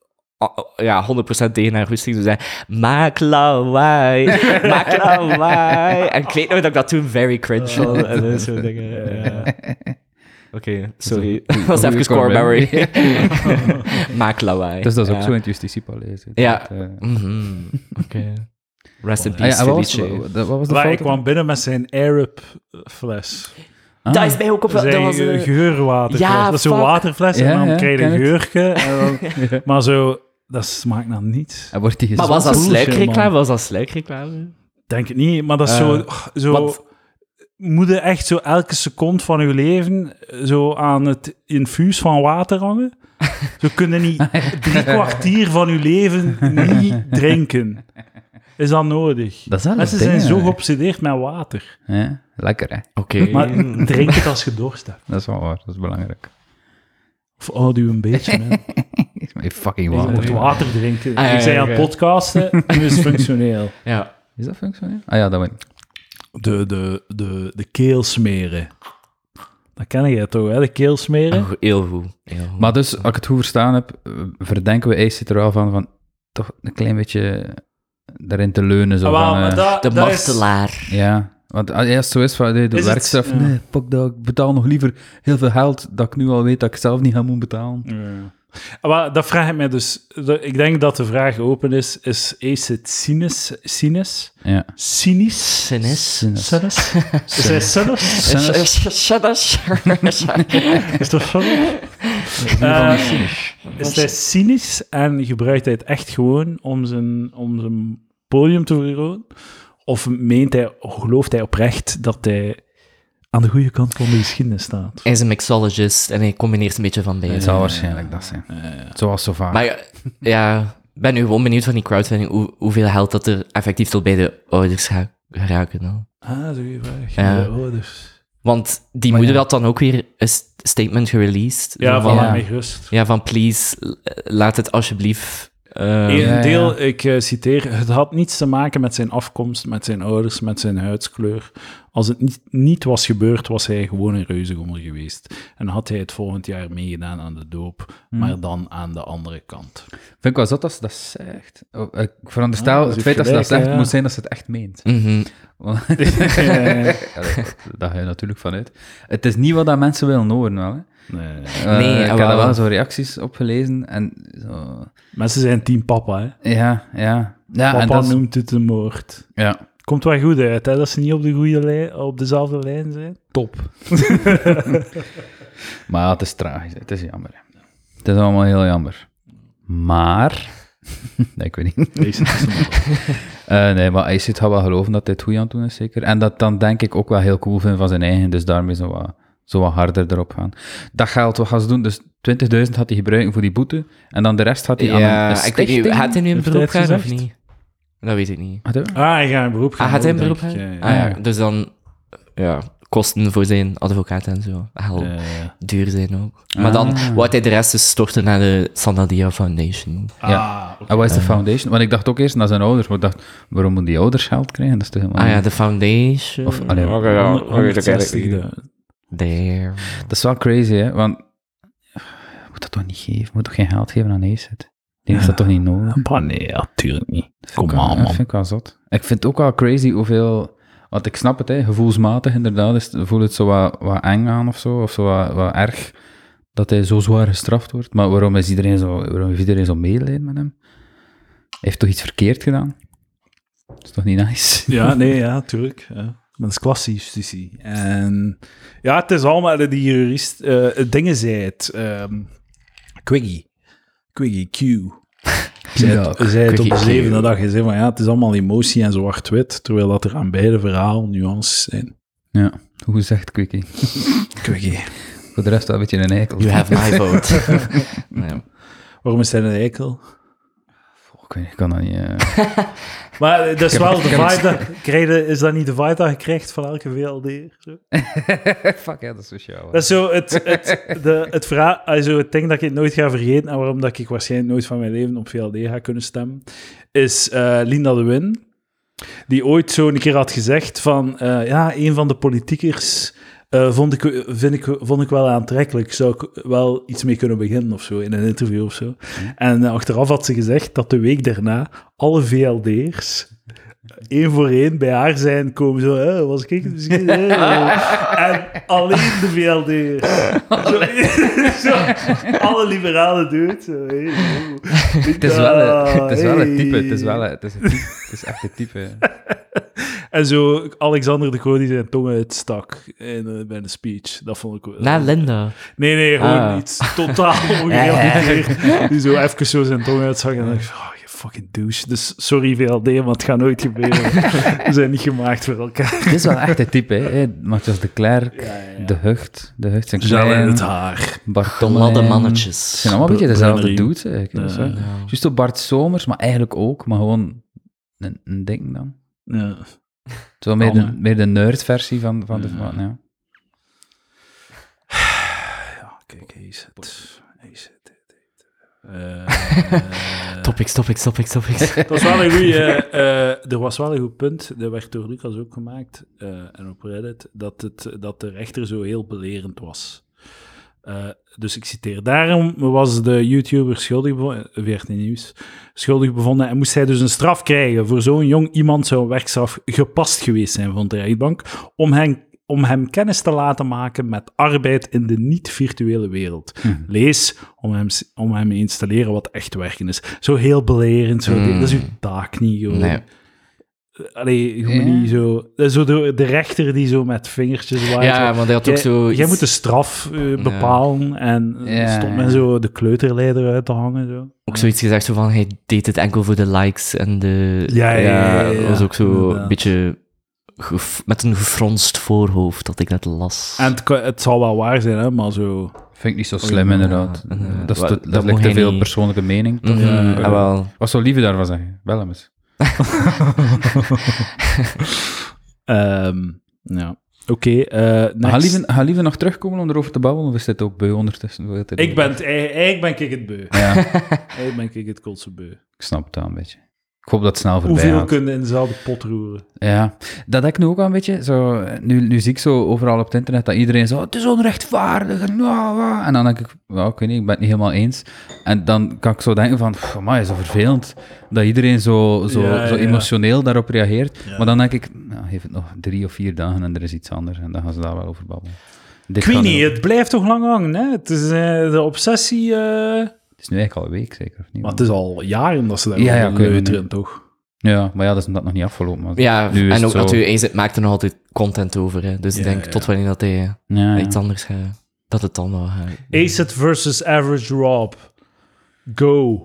100% tegen haar rusting zo zeggen, maak lawaai, maak lawaai. En ik weet nog dat ik dat toen very cringe vond, en zo dingen. Ja. Oké, sorry. Dat was even core memory. Maak lawaai. Dus dat is ook Ja. zo in het Justitiepaleis. Ja. Dat, Mhm. Oké. Rest in Ah ja, peace, en wat was, Felice. wat was de Maar hij foto? kwam binnen met zijn Arab-fles. Ah. Dat is mij ook op... Dat Zijn was, geurwaterfles. ja, dat is zo'n fuck. waterfles en Ja, dan ja, krijg je een ken het. geurtje. En dan, maar zo, dat smaakt naar niets. En wordt die maar was dat bullshit, sluikreclame? man. Was dat sluikreclame? Denk het niet, maar dat is zo wat- moet je echt zo elke seconde van je leven zo aan het infuus van water hangen? Zo kunnen niet 3 kwartier van je leven niet drinken. Is dat nodig? Dat is wel een Mensen ding, zijn zo hè. geobsedeerd met water. Ja, lekker, hè. Oké. Maar drink het als je dorst hebt. Dat is wel waar, dat is belangrijk. Of houd u een beetje, man. Is maar fucking Je moet water. water drinken. Ah, ja, Ik zei aan oké. het podcasten, nu is het functioneel. Ja. Is dat functioneel? Ah ja, dat weet ik. De keelsmeren. Dat ken je toch, hè? De keelsmeren? Heel goed. Heel goed. Maar dus, als ik het goed verstaan heb, verdenken we Ace er wel van toch een klein beetje daarin te leunen. Zo van, de martelaar. ja, want als het zo is, van de Is het? werkstraf, Ja. nee, pak dat, ik betaal nog liever heel veel geld dat ik nu al weet dat ik zelf niet ga moeten betalen. Ja. Maar dat vraag ik mij dus... Ik denk dat de vraag open is Ace het cynisch? Ja. Cynisch? Cynisch. Cynisch? Is hij cynisch? Is dat zo? Is hij cynisch en gebruikt hij het echt gewoon om zijn podium te vergroten? Of gelooft hij oprecht dat hij aan de goede kant van de geschiedenis staat? Hij is een mixologist en hij combineert een beetje van beide. Het zal waarschijnlijk dat zijn. Zoals zo vaak. Maar ja, ik ben nu gewoon benieuwd van die crowdfunding, hoeveel geld dat er effectief tot bij de ouders gaat geraken. Dan. Ah, dat is een goede vraag. Ja. De ouders. Want die Maar moeder ja. had dan ook weer een statement gereleased. Ja, Zo van van, laat mij gerust. ja, van please, laat het alsjeblieft... Eén ja. deel, ik citeer, het had niets te maken met zijn afkomst, met zijn ouders, met zijn huidskleur. Als het niet was gebeurd, was hij gewoon een reuzegommer geweest. En had hij het volgend jaar meegedaan aan de doop, maar dan aan de andere kant. Vind ik wel zot als ze dat zegt. Ik veronderstel, Ah, dat is het feit dat ze dat gelijk, zegt, ja. moet zijn dat ze het echt meent. Mhm. Want- Ja, daar ga je natuurlijk vanuit. Het is niet wat dat mensen willen horen, wel. Hè. Nee. Nee, ik heb wel. daar wel zo reacties op gelezen. En zo... Mensen zijn team papa, hè. Ja. Ja, en Papa dat is- noemt het een moord. Ja, Komt wel goed uit, hè, dat ze niet op de goede op dezelfde lijn zijn. top. Maar ja, het is tragisch. Het is jammer. Hè. Het is allemaal heel jammer. Maar... nee, ik weet niet. Deze is Nee, maar Ace gaat wel geloven dat hij het goed aan het doen is, zeker. En dat dan denk ik ook wel heel cool vindt van zijn eigen, dus daarmee zo wat harder erop gaan. Dat geld, wat gaan ze doen? Dus 20.000 gaat hij gebruiken voor die boete, en dan de rest gaat hij aan Ja, een ik weet niet, stichting. gaat hij nu in Heeft beroep hij het gaan of gezegd? niet? Dat weet ik niet. Gaat hij? Ah, hij gaat in beroep gaan. Gaat hij in ook, beroep denk gaan? ik. Ah ja, dus dan... Ja, kosten voor zijn advocaat en zo. Heel duur zijn ook. Maar dan wou hij de rest dus storten naar de Sandalia Foundation. Ja. En wat is de foundation? Want ik dacht ook eerst naar zijn ouders, maar ik dacht, waarom moeten die ouders geld krijgen? Dat is toch helemaal Ah ja, niet- de Foundation. Of, allee, Oh, ja, dat weet ik eigenlijk niet. 160.000. There. Dat is wel crazy, hè? Want je moet dat toch niet geven? Je moet toch geen geld geven aan Ace? Die heeft dat toch niet nodig? Maar nee, natuurlijk niet. Dat Kom vind ik wel- aan, Dat man. vind ik wel zot. Ik vind het ook wel crazy hoeveel... Want ik snap het, hè, gevoelsmatig inderdaad, voelt het zo wat eng aan of zo, of zo wat erg, dat hij zo zwaar gestraft wordt. Maar waarom heeft iedereen zo medelijden met hem? Hij heeft toch iets verkeerd gedaan? Dat is toch niet nice? Ja, nee, ja, tuurlijk. Ja. Maar dat is klassejustitie. En ja, het is allemaal die jurist... dingen zei het. Quiggy, Q. Zei het op de Quiggy Q. zevende dag. Hij zei van, ja, het is allemaal emotie en zwart-wit, terwijl dat er aan beide verhalen nuances zijn. Ja, hoe zegt Quickie? Quiggy. Voor de rest wel een beetje een eikel. You have my vote. Ja. Waarom is hij een eikel? Ik weet niet, ik kan dat niet... Maar dat is Ik heb wel het- de ik heb vibe dat... Is dat niet de vibe dat je krijgt van elke VLD'er? Zo? Fuck, ja, dat is sociaal. Dat is zo het verhaal, also het ding dat ik nooit ga vergeten en waarom dat ik waarschijnlijk nooit van mijn leven op VLD ga kunnen stemmen, is Linda de Win, die ooit zo een keer had gezegd van, ja, een van de politiekers vond ik wel aantrekkelijk, zou ik wel iets mee kunnen beginnen of zo, in een interview of zo. En achteraf had ze gezegd dat de week daarna alle VLD'ers één voor één bij haar zijn komen zo, was ik het misschien? En alleen de VLD'ers. Zo, alle liberalen doen het. Zo, Het is wel het type. Het is echt het type. En zo Alexander de Croo die zijn tong uitstak bij een speech. Dat vond ik wel... Na Linda. Nee, gewoon Ah. iets totaal ongerealiseerd. Die zo even zo zijn tong uitstak en dan dacht ik, oh, je fucking douche. Dus sorry VLD, maar het gaat nooit gebeuren. We zijn niet gemaakt voor elkaar. Het is wel echt het type, hè. Matthias de Klerk, Ja. de Hucht zijn Gel in klein, het haar. Bart Gladde Tommelijn. mannetjes. Het zijn allemaal een beetje dezelfde Brunnerie. dudes, eigenlijk. Dat is wel- Ja. Juist op Bart Somers, maar eigenlijk ook, maar gewoon een ding dan. Ja. Het is wel meer de nerd-versie van de... Ja. Ja. Ja, kijk, hij is het. Topics. Dat was wel een goeie, er was wel een goed punt, dat werd door Lucas ook gemaakt, en op Reddit, dat de rechter zo heel belerend was. Dus ik citeer, daarom was de YouTuber schuldig bevonden, VRT Nieuws, schuldig bevonden en moest hij dus een straf krijgen. Voor zo'n jong iemand zou een werkstraf gepast geweest zijn, vond de rechtbank, om hem kennis te laten maken met arbeid in de niet-virtuele wereld. Lees, om hem eens te leren wat echt werken is. Zo heel belerend, zo, dat is uw taak niet, gewoon. Nee. Allee, je moet niet zo... Dat is zo de rechter die zo met vingertjes waait. Ja, want hij had ook zo... Jij moet de straf bepalen en stond men zo de kleuterleider uit te hangen. Zo. Ook zoiets gezegd zo van, hij deed het enkel voor de likes en de... Ja. Dat was ook zo Inderdaad. een beetje met een gefronst voorhoofd dat ik net las. En het zal wel waar zijn, hè, maar zo... Vind ik niet zo slim, inderdaad. Dat dat ligt moet te hij veel niet. persoonlijke mening. Toch? Mhm, wel. Wat zou Lieve daarvan zeggen? Bel hem eens. Ja. Oké, Ga next. Lieve nog terugkomen om erover te babbelen, of is dit ook beu ondertussen? Eigenlijk ben ik het beu. Ja, Eigenlijk ben ik het kotse beu. ik snap het wel een beetje. Ik hoop dat het snel voorbij Hoeveel gaat. kunnen in dezelfde pot roeren? Ja, dat heb ik nu ook wel een beetje. Zo, nu zie ik zo overal op het internet dat iedereen zo, het is onrechtvaardig, en dan denk ik, ja, ik weet niet, ik ben het niet helemaal eens. En dan kan ik zo denken van, amai, zo vervelend dat iedereen zo emotioneel daarop reageert. Ja. Maar dan denk ik, nou, geef het nog 3 of 4 dagen en er is iets anders en dan gaan ze daar wel over babbelen. Dit Ik weet gaat niet, er ook- het blijft toch lang hangen, hè? Het is de obsessie... Het is nu eigenlijk al een week, zeker, of niet? Maar het is al jaren dat ze daar Ja, over ik weet het leuteren, niet. toch? Ja, maar ja, dat is nog niet afgelopen. Maar Ja, nu is en het ook zo... natuurlijk, hij maakt er nog altijd content over. Hè. Dus ik Ja, denk, ja. tot wanneer dat hij Ja, iets anders gaat, dat het dan wel gaat. Acid versus Average Rob. Go.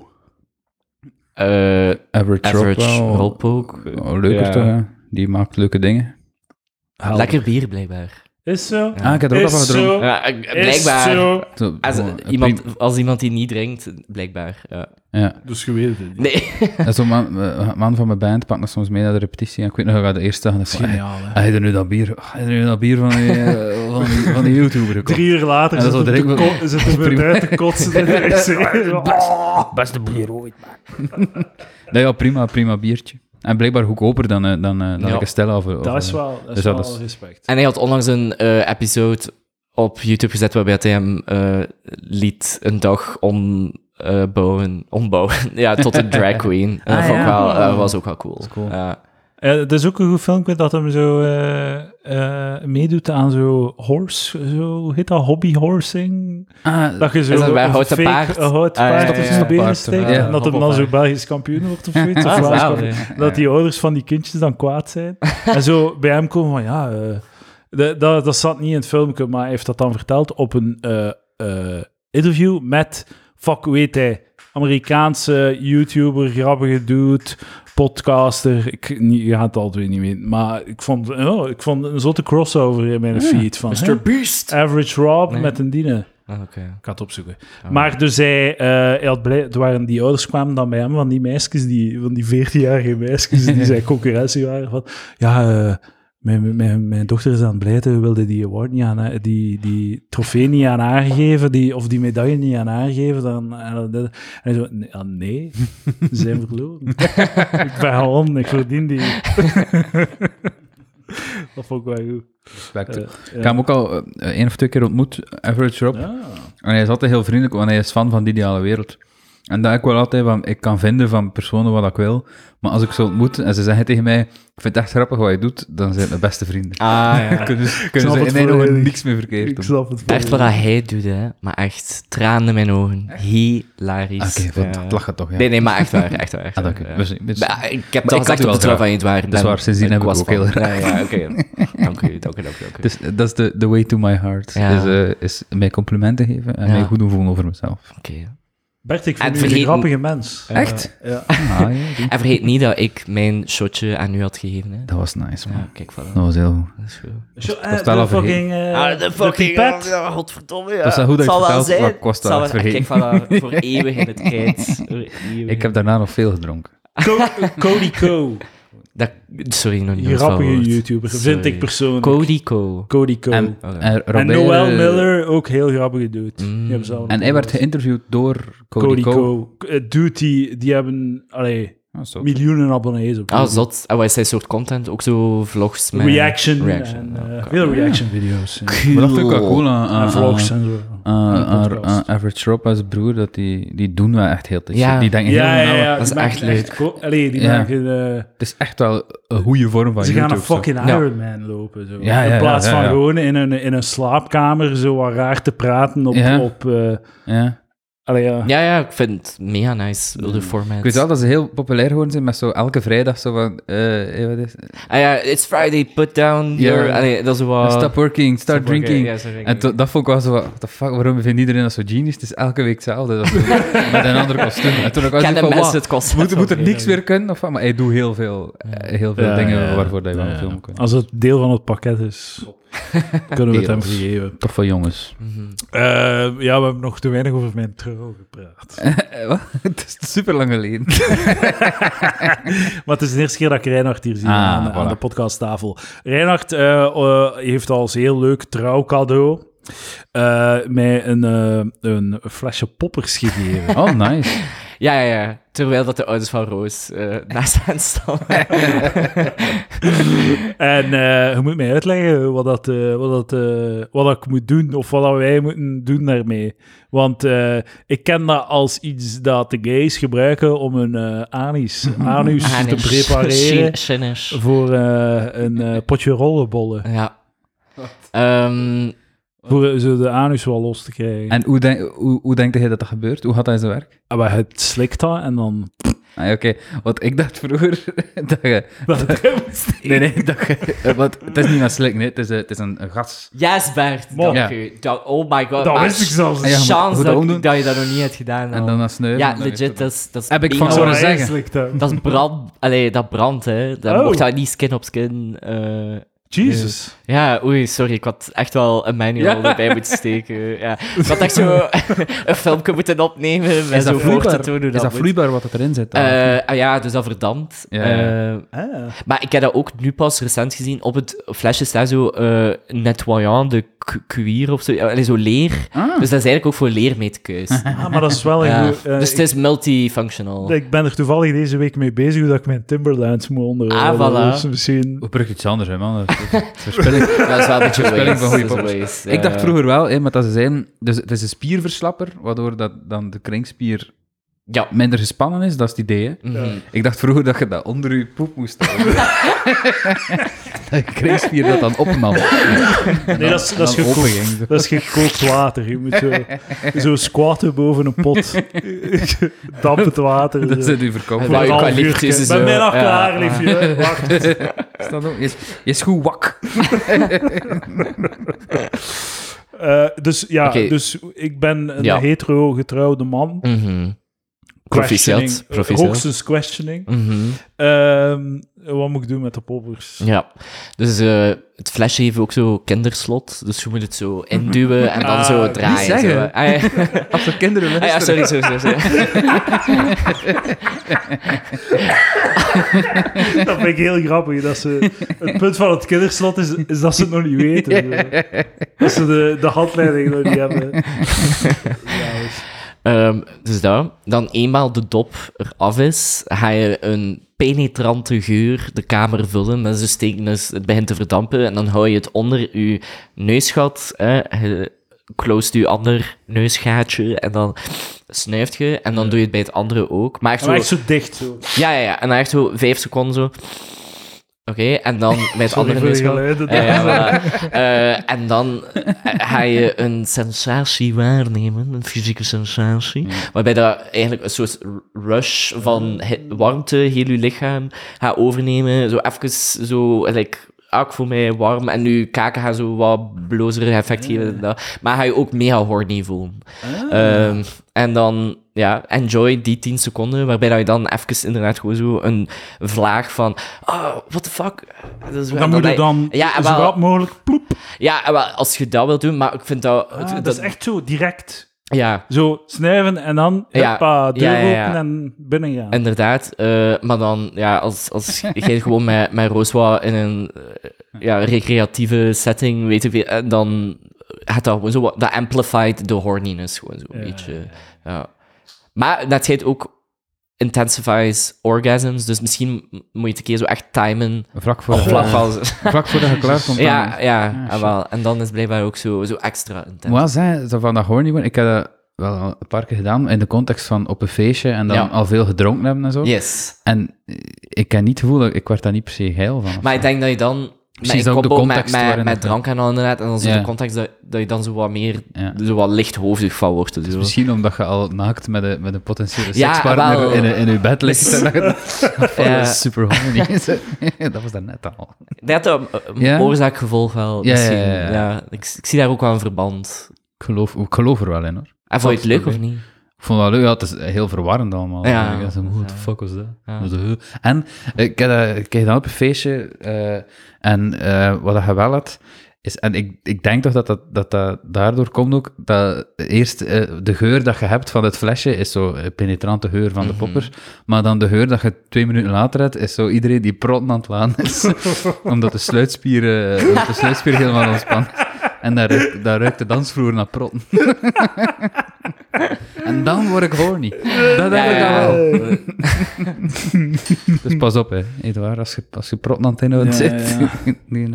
Average Rob ook. leuker Ja. toch, hè? Die maakt leuke dingen. Helder. Lekker bier, blijkbaar. Is zo? Ah, ik heb er ook al van Is gedronken. zo? Ja, Is blijkbaar. zo? Zo, Als gewoon, als iemand die niet drinkt, blijkbaar. Ja. Ja. Dus je weet het niet. Nee. En zo'n man van mijn band pakt me soms mee naar de repetitie. En ik weet nog, ik ga de eerste dag... Dat is geniaal, hè? Hij er nu dat bier van van die YouTuber gekocht. 3 uur later En dat zit is wel direct het weer uit te kotsen in de wc. Beste bier ooit, man. Nee, ja, prima biertje. En blijkbaar goedkoper dan Ja. ik een Stella. Dat is wel, Dus dat is- respect. En hij had onlangs een episode op YouTube gezet waarbij hij hem liet een dag ombouwen ja, tot een drag queen. En dat Ah, vond ik ja. wel, was ook wel cool. cool. Ja. Het is ook een goed filmpje dat hem zo meedoet aan zo hoe heet dat, hobbyhorsing? Dat je zo is dat bij een houten paard? een houten Ah, paard ja, op ja, zijn ja. benen steekt, Ja, en dat hem dan zo Belgisch kampioen wordt of zoiets. Of Vlaams zalig, kampioen. hè. Dat die ouders van die kindjes dan kwaad zijn. En zo bij hem komen van, dat zat niet in het filmpje, maar hij heeft dat dan verteld op een interview met, weet hij, Amerikaanse YouTuber, grappige dude, podcaster. Je gaat het altijd niet weten. Maar ik vond een zotte crossover in mijn feed van Mr. Beast! Average Rob Nee. met een diene. Oké. Ik ga het opzoeken. Maar dus hij had het waren die ouders kwamen dan bij hem van die meisjes, van die 14-jarige meisjes, die zijn concurrentie waren van, mijn dochter is aan het blijten, we wilden die award niet aan, die trofee niet aan haar geven, of die medaille niet aan haar geven. En hij zo, nee, ze zijn verloren. Ik ben gewoon, ik verdien die. Dat vond ik wel goed. Respect. Ik heb hem ook al 1 of 2 keer ontmoet, Average Rob. Ja. En hij is altijd heel vriendelijk, want hij is fan van de ideale wereld. En dat ik wel altijd van, ik kan vinden van personen wat ik wil, maar als ik ze ontmoet en ze zeggen tegen mij, ik vind het echt grappig wat je doet, dan zijn het mijn beste vrienden. Kunnen ze in mijn ogen niks meer verkeerd Ik doen. snap het. Echt wat hij doet, hè. Maar echt, tranen in mijn ogen. Hilarisch. Oké, dat lachen toch, ja. Nee, maar echt waar, echt waar. Echt Ah, waar, dank u. ja. Dus- Maar ik heb Maar toch ik had gezegd u op de wel trouw van je het waar. Dat is waar, sindsdien heb ik was ook heel van- graag. Ja, oké. Dank u. Dus dat is de way to my heart. Ja. Is mij complimenten geven en Ja. mij goed doen voelen over mezelf. Oké. Bert, ik En vind u een vergeet- grappige mens. Echt? Ja. Ah, ja, die- En vergeet niet dat ik mijn shotje aan u had gegeven, hè. dat was nice, man. Ja, kijk, voilà. Dat was heel goed. Dat is goed. was wel al vergeten. de pipet. godverdomme, ja. Dat is wel goed dat je Het zal vertelt, zijn. maar ik was het wel Het zal echt Kijk, voilà, voor eeuwig in het krijt. Voor eeuwig. Ik heb daarna nog veel gedronken. Cody Co. Sorry, nog niet. Grappige YouTuber, vind Sorry. ik persoonlijk. Cody Co. Cody Co. En, Oké. en, Robert, En Noel Miller, ook heel grappige dude. Mm. Die hebben ze allemaal En hij werd geïnterviewd door Cody Co. Dude, die hebben Ah, zo. miljoenen abonnees op. Ah, zot. En wat is zijn soort content? Ook zo vlogs met... Reaction. Reaction, En, oké. veel reaction video's. Maar dat vind ik wel cool En vlogs en zo. aan podcast. Average Rob als broer, dat die doen wel echt heel te Ja. Die denken heel Ja, veel na. Dat is die echt maken Allee, die Ja. maken... Het is echt wel een goede vorm van ze gaan YouTube. een fucking Ja. Ironman lopen. Zo. Ja, ja, in plaats ja, van ja. gewoon in een slaapkamer zo wat raar te praten op... Ja. Ja. Allee, ja. Ja, ik vind het mega nice, de format. Ik weet wel dat ze heel populair geworden zijn met zo elke vrijdag zo van... wat is Ah ja, it's Friday, put down Ja. your... Allee, dat is zo wat... Stop working, start Stop working, drinking. ja, stop drinking. En dat vond ik wel zo wat... What the fuck, waarom vindt iedereen dat zo genius? Het is elke week hetzelfde. Dat is met een ander kostuum. En toen ik was Kennen van, mensen wow, het concept? moet er niks meer kunnen? Of wat? Maar hij doet heel veel Ja, dingen ja. waarvoor dat je wel Ja. een film kunt. Als het deel van het pakket is, kunnen we het hem Kerels. vergeven. Toch voor jongens. Mhm. Ja, we hebben nog te weinig over mijn trouw gepraat. Wat? Het is super lang geleden. Maar het is de eerste keer dat ik Reinhard hier zie Ah, aan voilà. de podcasttafel. Reinhard heeft als heel leuk trouwcadeau mij een flesje poppers gegeven. Oh, nice. Ja. Terwijl dat de ouders van Roos naast hen staan. En je moet mij uitleggen wat ik moet doen, of wat wij moeten doen daarmee. Want ik ken dat als iets dat de gays gebruiken om hun anus te prepareren Shinnish. voor een potje rollenbollen. Ja. Voor zo de anus wel los te krijgen. En hoe denk jij dat dat gebeurt? Hoe gaat dat in zijn werk? Maar het slikt dat en dan... Ah, oké. Want ik dacht vroeger dat je... Nee, dat je... Want het is niet een slik, nee. Het is een gas. Yes, Bert. Mom. Dank u. Oh my god. Dat maar wist ik zelfs Ah, ja, niet. maar chance goed dat, omdoen. dat je dat nog niet hebt gedaan. En al. dan een snuiven. Ja, en dan is legit. het- Dat is Heb ik mega- van Zo horen hij zeggen. slikt dat. Dat is brand... Allee, dat brandt, hè. Dan Oh. mocht dat niet skin op skin. Jesus. Ja, oei, sorry. Ik had echt wel een manual erbij moeten steken. Ja. Ik had echt zo een filmpje moeten opnemen met Is zo dat voor te vloeibaar? tonen hoe Is dat dat moet. vloeibaar wat erin zit? dan? Ja, dus dat verdampt. Ja, ja. Maar ik heb dat ook nu pas recent gezien. Op het flesje staat zo nettoyant de cuir of zo. Allee, zo leer. Ah. Dus dat is eigenlijk ook voor leer mee te kuisen. Maar dat is wel een Ja. goed... Dus het is multifunctional. Ik ben er toevallig deze week mee bezig hoe dat ik mijn Timberlands moet onderhouden. Ah, voilà. Dus misschien... Hoe brug je iets anders, hè, man? Dat is verspilling. Dat is wel een beetje Verspilling van waste. goede Dat is poppers. waste, Ik dacht ja. vroeger wel, hè, maar dat ze zijn... Dus het is een spierverslapper, waardoor dat dan de kringspier Ja. minder gespannen is, dat is het idee, hè. Mhm. Ik dacht vroeger dat je dat onder je poep moest houden. Dat je krijgsspier dat dan opnam. Nee, dat is gekookt. Dat is gekookt water. Je moet zo squatten boven een pot. Dampend water. Dat zo. is nu verkopen. Ja, Een half eucalyptus uurtje. is Ben zo, bijna ja. klaar, liefje. Wacht. Je is goed wak. Dus ja, Oké. dus ik ben een Ja. hetero-getrouwde man. Mhm. Questioning, Proficiat. Proficiat. hoogstens questioning. Mhm. Wat moet ik doen met de poppers? Ja, dus het flesje heeft ook zo kinderslot, dus je moet het zo induwen en dan zo draaien. niet zeggen. Zo. Ah, ja. Als er kinderen Ah, ja, luisteren. sorry. Dat vind ik heel grappig. Dat ze, het punt van het kinderslot is dat ze het nog niet weten. Zo. Dat ze de handleiding nog niet hebben. Ja, Dus dat. Dan eenmaal de dop eraf is, ga je een penetrante geur de kamer vullen. Dat is dus teken, dus het begint te verdampen. En dan hou je het onder je neusgat. Je closed je ander neusgaatje. En dan snuift je. En dan doe je het bij het andere ook. Maar echt zo, maar echt zo dicht. Zo. ja. En dan echt zo 5 seconden zo. Oké, en dan bij het Sorry andere voor de neusgat. geluiden. Ja, voilà. En dan ga je een sensatie waarnemen, een fysieke sensatie, waarbij dat eigenlijk een soort rush van warmte heel je lichaam gaat overnemen. Zo even zo, like, ik voel mij warm en nu kaken gaan zo wat blozerig effect geven. En dat. Maar ga je ook mega horny voelen. En dan, ja, enjoy die 10 seconden, waarbij dat je dan even inderdaad gewoon zo een vlaag van, what the fuck? Dus Dan moet je dan ja, zo wel, rap mogelijk ploep. ja, wel, als je dat wilt doen, maar ik vind dat... Dat is echt zo direct. Ja, Zo snuiven en dan Ja. hoppa, deur Ja. openen en binnen gaan. inderdaad. Maar dan, ja, als jij gewoon met Rooswa in een recreatieve setting, weet ik veel, dan gaat dat gewoon zo wat, dat amplified de horniness gewoon zo een beetje. Ja. Maar dat heet ook intensifies orgasms, dus misschien moet je het een keer zo echt timen. Vlak voor dat je klaar komt. Ja, wel. En dan is het blijkbaar ook zo extra intens. Moet wel zeggen, zo van dat horny worden, ik heb dat wel al een paar keer gedaan, in de context van op een feestje en dan Ja. al veel gedronken hebben en zo. Yes. En ik heb niet het gevoel, ik werd daar niet per se geil van. Maar ik denk dat je dan... Precies, met ook de combo context waarin met het- drank en al inderdaad, en dan zo Ja. de context dat je dan zo wat meer, Ja. zo wat lichthoofdig van wordt. Dus zo. Misschien omdat je al naakt met een potentiële Ja, sekspartner wel. in je bed ligt. En dat je Ja. super horny is. Dat was daarnet al. Ik denk dat Ja? oorzaak-gevolg wel Ja, misschien. ja. Ja, ik zie daar ook wel een verband. Ik geloof er wel in, hoor. En vond je het leuk of niet? Ik vond het wel leuk, ja, het is heel verwarrend allemaal. Ja. Ik dacht, what the fuck was dat? Ja. Was dat? En ik heb gedaan op een feestje, en wat je wel had, is, en ik denk toch dat daardoor komt ook, dat eerst de geur dat je hebt van het flesje is zo een penetrante geur van de poppers, maar dan de geur dat je 2 minuten later hebt, is zo iedereen die protten aan het laan is, omdat de sluitspier helemaal ontspant. En daar ruikt de dansvloer naar protten. En dan word ik horny. Dat heb ik dan wel. Dus pas op, hè, Edouard, als je protten aan het inhouden zit. Nee.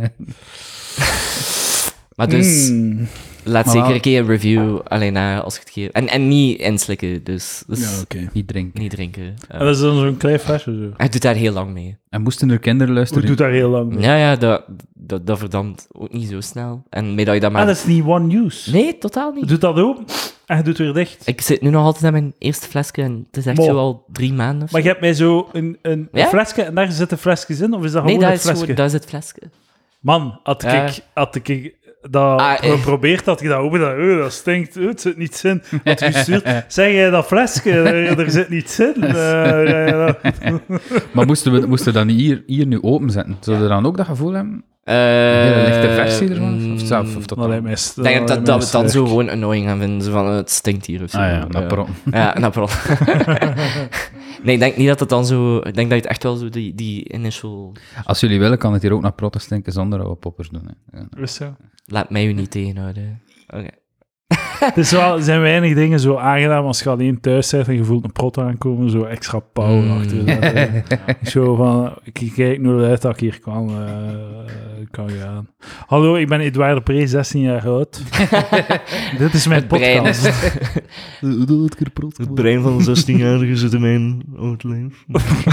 Maar dus, laat Maar zeker wel- een keer een review alleen na als je het geeft. En niet inslikken, dus Ja, oké. Niet drinken. niet drinken. En dat is dan zo'n klein flesje zo. Hij doet daar heel lang mee. En moesten er kinderen Hoe luisteren? doet daar heel lang mee? Ja, dat verdampt ook niet zo snel. En mee dat je dat maar... Ah, dat is niet one use. Nee, totaal Je niet. doet dat open en je doet weer dicht. Ik zit nu nog altijd aan mijn eerste flesje en het is echt Mo. zo al 3 maanden of zo. Maar je hebt mij zo een Ja? flesje en daar zitten flesjes in? Of is dat Nee, gewoon dat het is, flesje? dat is het flesje. Man, had ik dat geprobeerd, had ik dat open, dat stinkt, het zit niets in. Had je gestuurd, zeg jij dat flesje, er zit niets in. Maar moesten we dat niet hier nu openzetten? Zullen we dan ook dat gevoel hebben? Een hele lichte versie ervan? Of dat Dat lijkt dan? mij Ik denk dat we het dan zo gewoon annoying gaan vinden. Zo van, het stinkt hier of zo. Ah ja, naar protten. Ja, naar protten. Nee, ik denk niet dat het dan zo... Ik denk dat je het echt wel zo die initial... Als jullie willen, kan het hier ook naar protten stinken zonder dat we poppers doen. Hè. Ja. Is zo. Laat mij u niet tegenhouden. Oké. Er zijn weinig dingen zo aangenaam als je alleen thuis bent en je voelt een prot aankomen, zo extra power achter je. Zo van, ik kijk nu uit dat ik hier kan gaan. Hallo, ik ben Edouard de Pre, 16 jaar oud. Dit is mijn podcast. Het brein van een 16-jarige zit in mijn oud lijf.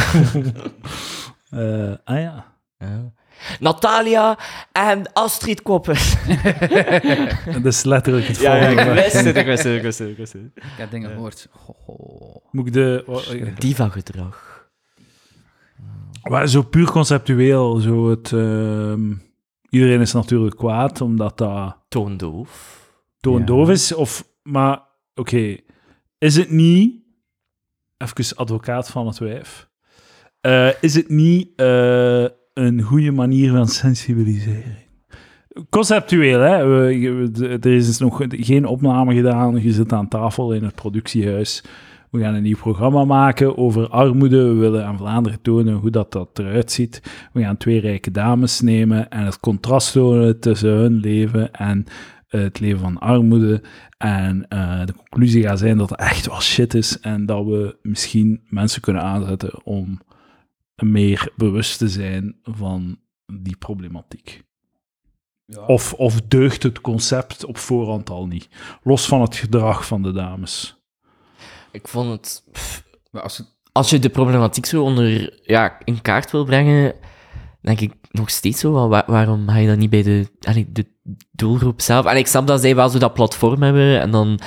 Ja. Natalia en Astrid Koppers. Dat is letterlijk het Ja, volgende. ik wist het. Ik heb dingen gehoord. Moet ik Diva-gedrag. Maar zo puur conceptueel, zo het... iedereen is natuurlijk kwaad, omdat dat toondoof is. Maar, oké, is het niet... Even advocaat van het wijf. Is het niet een goede manier van sensibilisering? Conceptueel, hè. Er is nog geen opname gedaan. Je zit aan tafel in het productiehuis. We gaan een nieuw programma maken over armoede. We willen aan Vlaanderen tonen hoe dat eruit ziet. We gaan 2 rijke dames nemen en het contrast tonen tussen hun leven en het leven van armoede. En de conclusie gaat zijn dat het echt wel shit is en dat we misschien mensen kunnen aanzetten om meer bewust te zijn van die problematiek. Ja. Of deugt het concept op voorhand al niet? Los van het gedrag van de dames. Ik vond het... Als je de problematiek zo in kaart wil brengen, denk ik nog steeds zo, waarom ga je dat niet bij de doelgroep zelf? En ik snap dat zij wel zo dat platform hebben, en dan...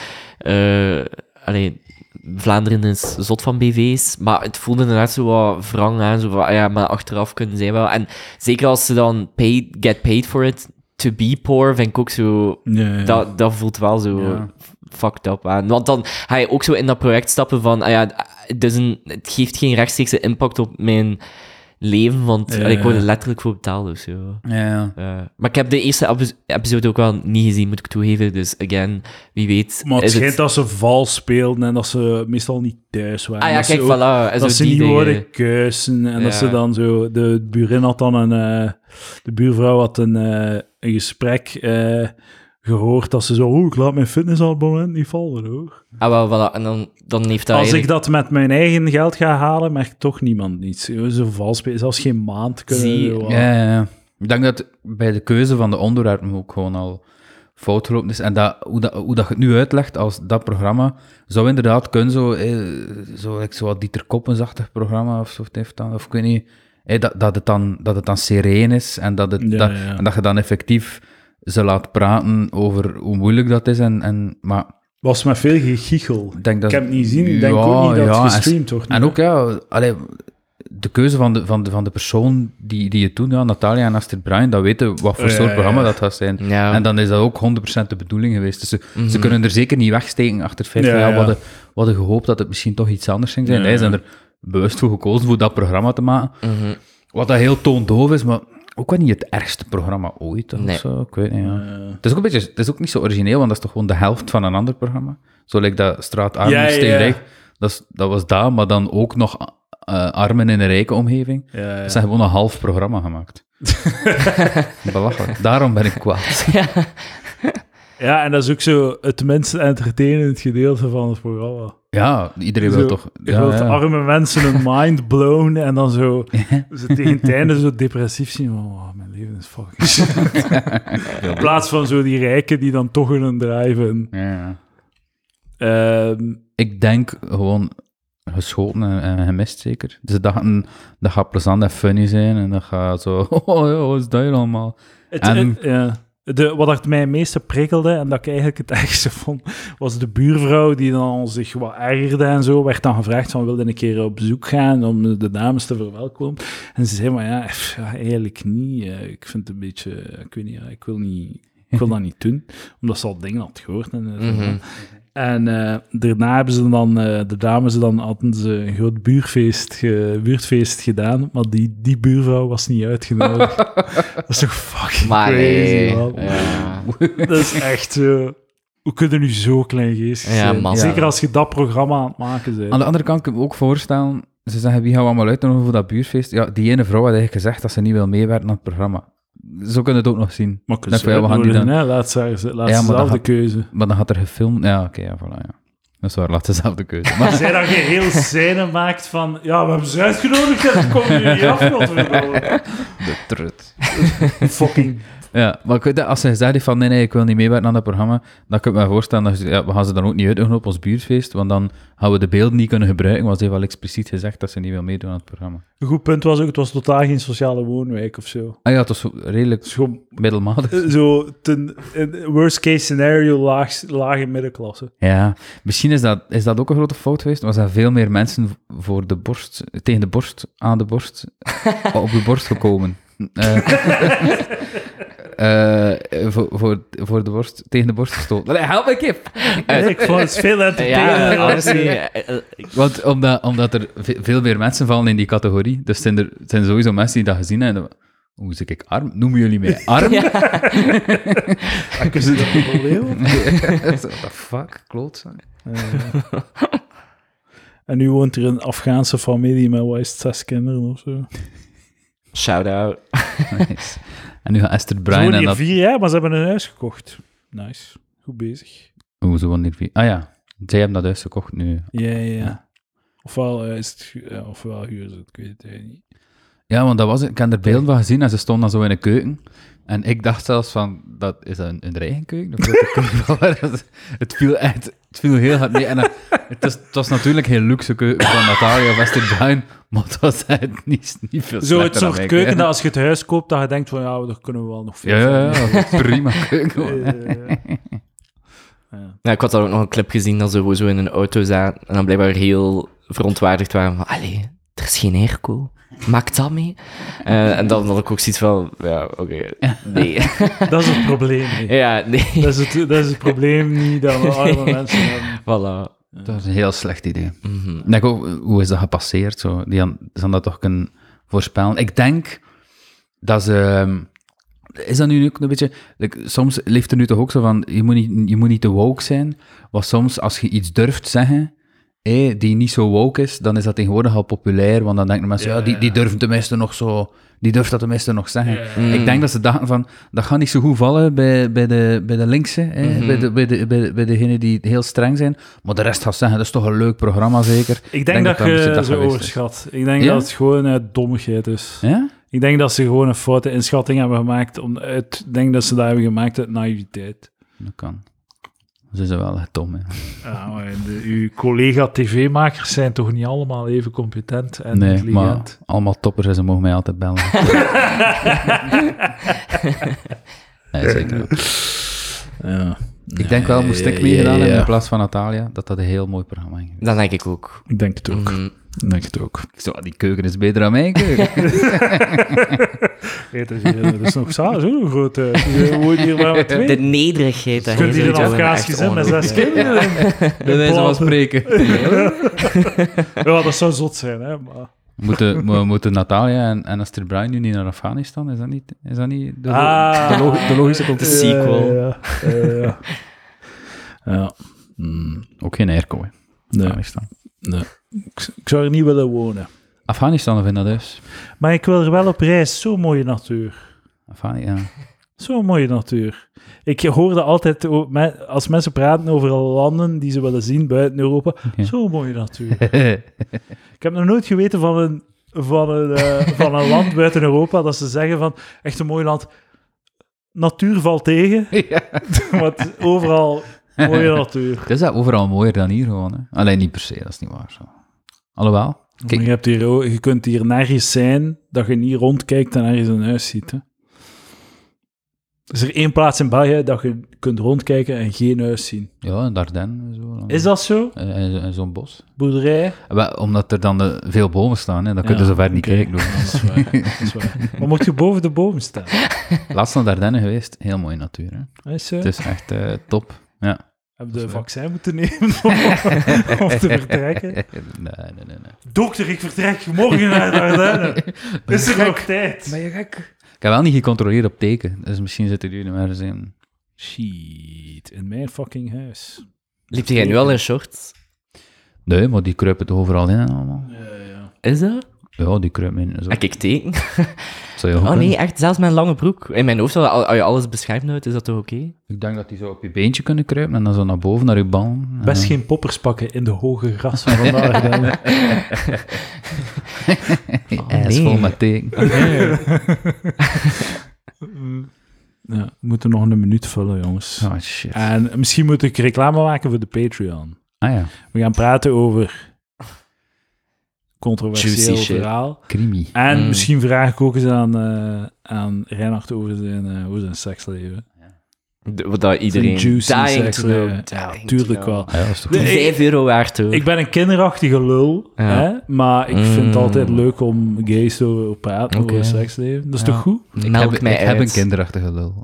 Vlaanderen is zot van BV's, maar het voelde inderdaad zo wat wrang aan, zo van, maar achteraf kunnen zij wel. En zeker als ze dan get paid for it to be poor, vind ik ook zo... Ja. Dat voelt wel zo fucked up aan. Want dan ga je ook zo in dat project stappen van, het geeft geen rechtstreekse impact op mijn leven, want ik word er letterlijk voor betaald of zo. Ja. Maar ik heb de eerste episode ook wel niet gezien, moet ik toegeven. Dus again, wie weet... Maar het schijnt dat ze vals speelden en dat ze meestal niet thuis waren. Kijk, voilà. Dat ze niet hoorden kuisen en dat ze dan zo... De burin had dan de buurvrouw had een gesprek gehoord dat ze zo... ik laat mijn fitnessabonnement niet vallen, hoor. Wel, voilà. En dan heeft dat Als ik dat met mijn eigen geld ga halen, merkt toch niemand niets. Zo vals spelen, zelfs geen maand kunnen... Ja. Ik denk dat bij de keuze van de onderwerpen ook gewoon al fout gelopen is. En hoe dat je het nu uitlegt als dat programma, zou inderdaad kunnen zo wat Dieter Koppensachtig programma of zo heeft dan, of ik weet niet, dat het dan sereen is en dat je dan effectief ze laat praten over hoe moeilijk dat is. Maar was met veel gegichel. Ik heb het niet gezien, ik denk ja, ook niet dat ja, het gestreamd wordt. En ook, de keuze van de persoon die je doet, Natalia en Astrid Bruin, dat weten wat voor soort programma dat gaat zijn. Ja. En dan is dat ook 100% de bedoeling geweest. Dus ze kunnen er zeker niet wegsteken achter het feit van, we hadden gehoopt dat het misschien toch iets anders ging zijn. Zij zijn er bewust voor gekozen voor dat programma te maken. Wat dat heel toondoof is, maar ook wel niet het ergste programma ooit. Nee. Of zo. Ik weet niet, Het is ook het is ook niet zo origineel, want dat is toch gewoon de helft van een ander programma. Zo lijkt dat Straatarmen Steenrijk. Dat was dat, maar dan ook nog armen in een rijke omgeving. Ze hebben gewoon een half programma gemaakt. Belachelijk. Daarom ben ik kwaad. Ja, en dat is ook zo het minst entertainend gedeelte van het programma. Ja, iedereen wil toch... Je wilt arme mensen een mind blown en dan zo ze tegen het einde zo depressief zien. Oh, mijn leven is fucking shit. In plaats van zo die rijken die dan toch in een drijven. Ik denk gewoon geschoten en gemist zeker. Dus ze dachten, dat gaat plezant en funny zijn en dat gaat zo... wat is dat hier allemaal? Wat het mij het meeste prikkelde, en dat ik eigenlijk het ergste vond, was de buurvrouw die dan zich wat ergerde en zo, werd dan gevraagd van, wilde een keer op bezoek gaan om de dames te verwelkomen. En ze zei, maar eigenlijk niet. Ik vind het een beetje, ik weet niet, ik wil dat niet doen, omdat ze al dingen had gehoord. En daarna hebben ze dan, de dames, hadden ze een groot buurtfeest gedaan, maar die buurvrouw was niet uitgenodigd. Dat is toch fucking crazy, man. Ja. Dat is echt zo... Hoe kun je nu zo kleingeestig zijn? Zeker als je dat programma aan het maken bent. Aan de andere kant kan ik me ook voorstellen, ze zeggen, wie gaan we allemaal uitnodigen voor dat buurtfeest? Ja, die ene vrouw had eigenlijk gezegd dat ze niet wil meewerken aan het programma. zo kunnen we het ook nog zien. Maar Dat we gaan die dan... laat ze maar zelf dan de gaat- keuze. Maar dan gaat er gefilmd... Ja, oké, ja, voilà, ja. Dat is waar, laat ze zelf de keuze. Maar Zij dat je heel scène maakt van... Ja, we hebben ze uitgenodigd en dan komen jullie niet af, godverdomme. de trut. Fucking... Ja, maar ik weet dat als ze gezegd heeft van nee, ik wil niet meewerken aan dat programma, dan kan ik me voorstellen dat we gaan ze dan ook niet uitnodigen op ons buurtfeest, want dan gaan we de beelden niet kunnen gebruiken, want ze heeft wel expliciet gezegd dat ze niet wil meedoen aan het programma. Een goed punt was ook, het was totaal geen sociale woonwijk of zo. Ah ja, het was zo redelijk Het is gewoon middelmatig. zo een worst case scenario lage middenklasse. Ja, misschien is dat ook een grote fout geweest, was er veel meer mensen tegen de borst, aan de borst, op de borst gekomen. Voor de borst, tegen de borst gestoten. Allee, help me, kip! Ik vond het veel Ja, entertainender. honestly, Want omdat er veel meer mensen vallen in die categorie, dus het zijn sowieso mensen die dat gezien hebben. Hoe zeg ik arm? Noemen jullie mij arm? Is het een probleem? What the fuck, klootzak. En nu woont er een Afghaanse familie met wat is het, 6 kinderen of zo. shout-out. Nice. En nu gaat Esther Ze Bryan wonen en hier dat... 4 jaar, maar ze hebben een huis gekocht. Nice. Goed bezig. Hoe ze wonen hier 4... Ah ja, zij hebben dat huis gekocht nu. Ja. Ofwel is het... ofwel huur ze het, ik weet het eigenlijk niet. Ja, want dat was het. Ik heb er beelden van gezien en ze stonden dan zo in een keuken. En ik dacht zelfs van, is dat een eigen keuken? Of is dat de keuken van het viel echt... Het viel heel hard mee. En het was natuurlijk geen luxe keuken van Natalia of Esther Bryan, maar het was echt niet veel Zo het slechter dan soort mijn keuken dat als je het huis koopt, dat je denkt van ja, daar kunnen we wel nog veel Ja, van. prima keuken. Ja, ik had daar ook nog een clip gezien dat ze gewoon zo in een auto zaten en dan blijkbaar heel verontwaardigd waren van, allee, er is geen airco. Maak dat mee. En dan had ik ook zoiets van, ja, oké, nee. Dat is het probleem niet. Ja, nee. Dat is het probleem niet dat we arme mensen hebben. Voilà. Dat is een heel slecht idee. Mhm. Ik denk ook, hoe is dat gepasseerd? Zo? Die hadden dat toch kunnen voorspellen. Ik denk dat ze... Is dat nu ook een beetje... Soms leeft er nu toch ook zo van, je moet niet te woke zijn, want soms als je iets durft zeggen, die niet zo woke is, dan is dat tegenwoordig al populair, want dan denken mensen, die durven tenminste nog zo... Die durft dat tenminste nog zeggen. Ik denk dat ze dachten van, dat gaat niet zo goed vallen bij de linkse, bij degenen die heel streng zijn, maar de rest gaat zeggen, dat is toch een leuk programma zeker. Ik denk dat een beetje je dat ze geweest is. overschat. Ik denk Ja? dat het gewoon dommigheid is. Ja? Ik denk dat ze gewoon een foute inschatting hebben gemaakt. Ik denk dat ze dat hebben gemaakt uit naïviteit. Dat kan. Ze zijn wel echt dom, hè. Ja, maar uw collega-tv-makers zijn toch niet allemaal even competent en Nee, maar intelligent? allemaal toppers en ze mogen mij altijd bellen. Nee, zeker wel. Ja. Ik denk wel, moest ik meegedaan hebben in plaats van Natalia, dat een heel mooi programma ging. Dat denk ik ook. Ik denk het ook. Mhm. Ik denk het ook. Zo, die keuken is beter dan mijn keuken. Hey, dat is nog zo'n groot huis. Je woont hier maar met 2. De nederigheid. dat Je kunt hij hier zo een doet, Afghaans echt gezin met ongelooflijk. 6 kinderen. Bij wijze van spreken. Ja, dat zou zot zijn, hè. Maar... Moeten Natalia en Esther Bryan nu niet naar Afghanistan? Is dat niet de logische De conclusie? sequel. Ja. Ook geen airco, hè. Nee. Afghanistan. Nee. Ik zou er niet willen wonen. Afghanistan of in dat huis? Maar ik wil er wel op reis. Zo'n mooie natuur. Afghanistan, ja. Zo'n mooie natuur. Ik hoorde altijd, als mensen praten over landen die ze willen zien buiten Europa, Ja. zo'n mooie natuur. Ik heb nog nooit geweten van een land buiten Europa dat ze zeggen van, echt een mooi land, natuur valt tegen, Ja. maar het is overal mooie natuur. Het is dat overal mooier dan hier gewoon, hè. Alleen niet per se, dat is niet waar. Zo. Alhoewel. Maar je kunt hier nergens zijn dat je niet rondkijkt en ergens een huis ziet. Hè. Is er één plaats in België dat je kunt rondkijken en geen huis zien? Ja, in Dardenne en zo. Is dat zo? En zo'n bos. Boerderij? Wel, omdat er dan veel bomen staan, hè. Dan kun je Ja, zo ver niet oké. kijken. Dat is waar. Dat is waar. Maar mocht je boven de bomen staan? Laatst naar Dardenne geweest, heel mooie natuur. Hè. Is zo? Het is echt top. Ja. Heb je een vaccin moeten nemen om te vertrekken? Nee. Dokter, ik vertrek morgen naar Dardenne. Is er nog tijd? Ben je gek? Ik heb wel niet gecontroleerd op teken, dus misschien zitten jullie maar eens in. Shit, in mijn fucking huis. Liep jij nu al in shorts? Nee, maar die kruipen toch overal in en allemaal. Ja. Is dat? Ja, die kruipt in. Zo. En kijk, teken. Zou je ook Oh kunnen. nee, echt, zelfs met een lange broek. In mijn hoofd, als je alles beschermd houdt, is dat toch oké? Ik denk dat die zo op je beentje kunnen kruipen en dan zo naar boven, naar je bal. Best geen poppers pakken in de hoge grassen vandaag. Dan. Is vol met teken. Ja, we moeten nog een minuut vullen, jongens. Oh, shit. En misschien moet ik reclame maken voor de Patreon. Ah ja, We gaan praten over controversieel Juicy shit. verhaal. creamy. En misschien vraag ik ook eens aan Reinhard over zijn seksleven. Wat dat iedereen Zijn juicy dying to seksleven. know. Ja, Dying tuurlijk to wel. know. Ja, dat is toch Nee, goed. €5 waard, hoor. Ik ben een kinderachtige lul, Ja. hè? Maar ik vind het altijd leuk om gays te praten Oké. over seksleven. Dat is Ja. toch goed? Melk mij Ik heb uit. een kinderachtige lul.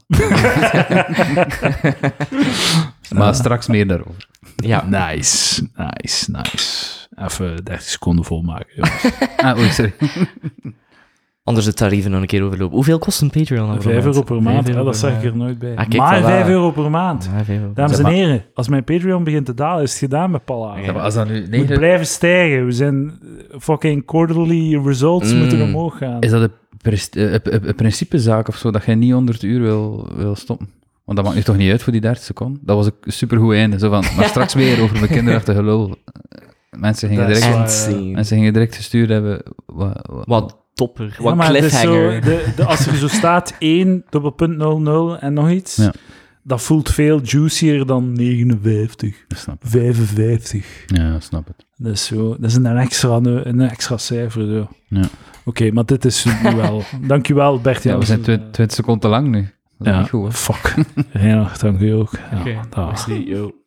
Maar straks meer daarover. Ja. Nice. Even 30 seconden volmaken, jongens. Ah, oei, sorry. Anders de tarieven nog een keer overlopen. Hoeveel kost een Patreon? €5 per maand, €5 hè, dat per zeg ik maand. er nooit bij. Ah, kijk, maar voilà. €5 per maand. Ja, €5. Dames Zeg en maar- heren, als mijn Patreon begint te dalen, is het gedaan met Pala. Ja, Maar als dat nu... Het moet blijven stijgen. We zijn fucking quarterly results moeten omhoog gaan. Is dat een principezaak of zo, dat jij niet 100 uur wil stoppen? Want dat maakt nu toch niet uit voor die 30 seconden? Dat was een supergoed einde. Zo van, maar straks weer over mijn kinderachtige lul. Mensen gingen Dat is direct, waar. Insane. direct gestuurd hebben. Wat topper. Ja, Wat maar het is cliffhanger. zo, als er zo staat 1.00 en nog iets, Ja. dat voelt veel juicier dan 59, Ik snap het. 55. Ja, ik snap het. Dat is, zo, dat is een extra cijfer. Zo. Ja. Oké, maar dit is nu wel... Dankjewel, Bert. Ja, we zijn 20 seconden te lang nu. Dat is Ja, niet goed, hè? fuck. Reinhard, dank u ook. Ja, Oké, dag. merci, yo.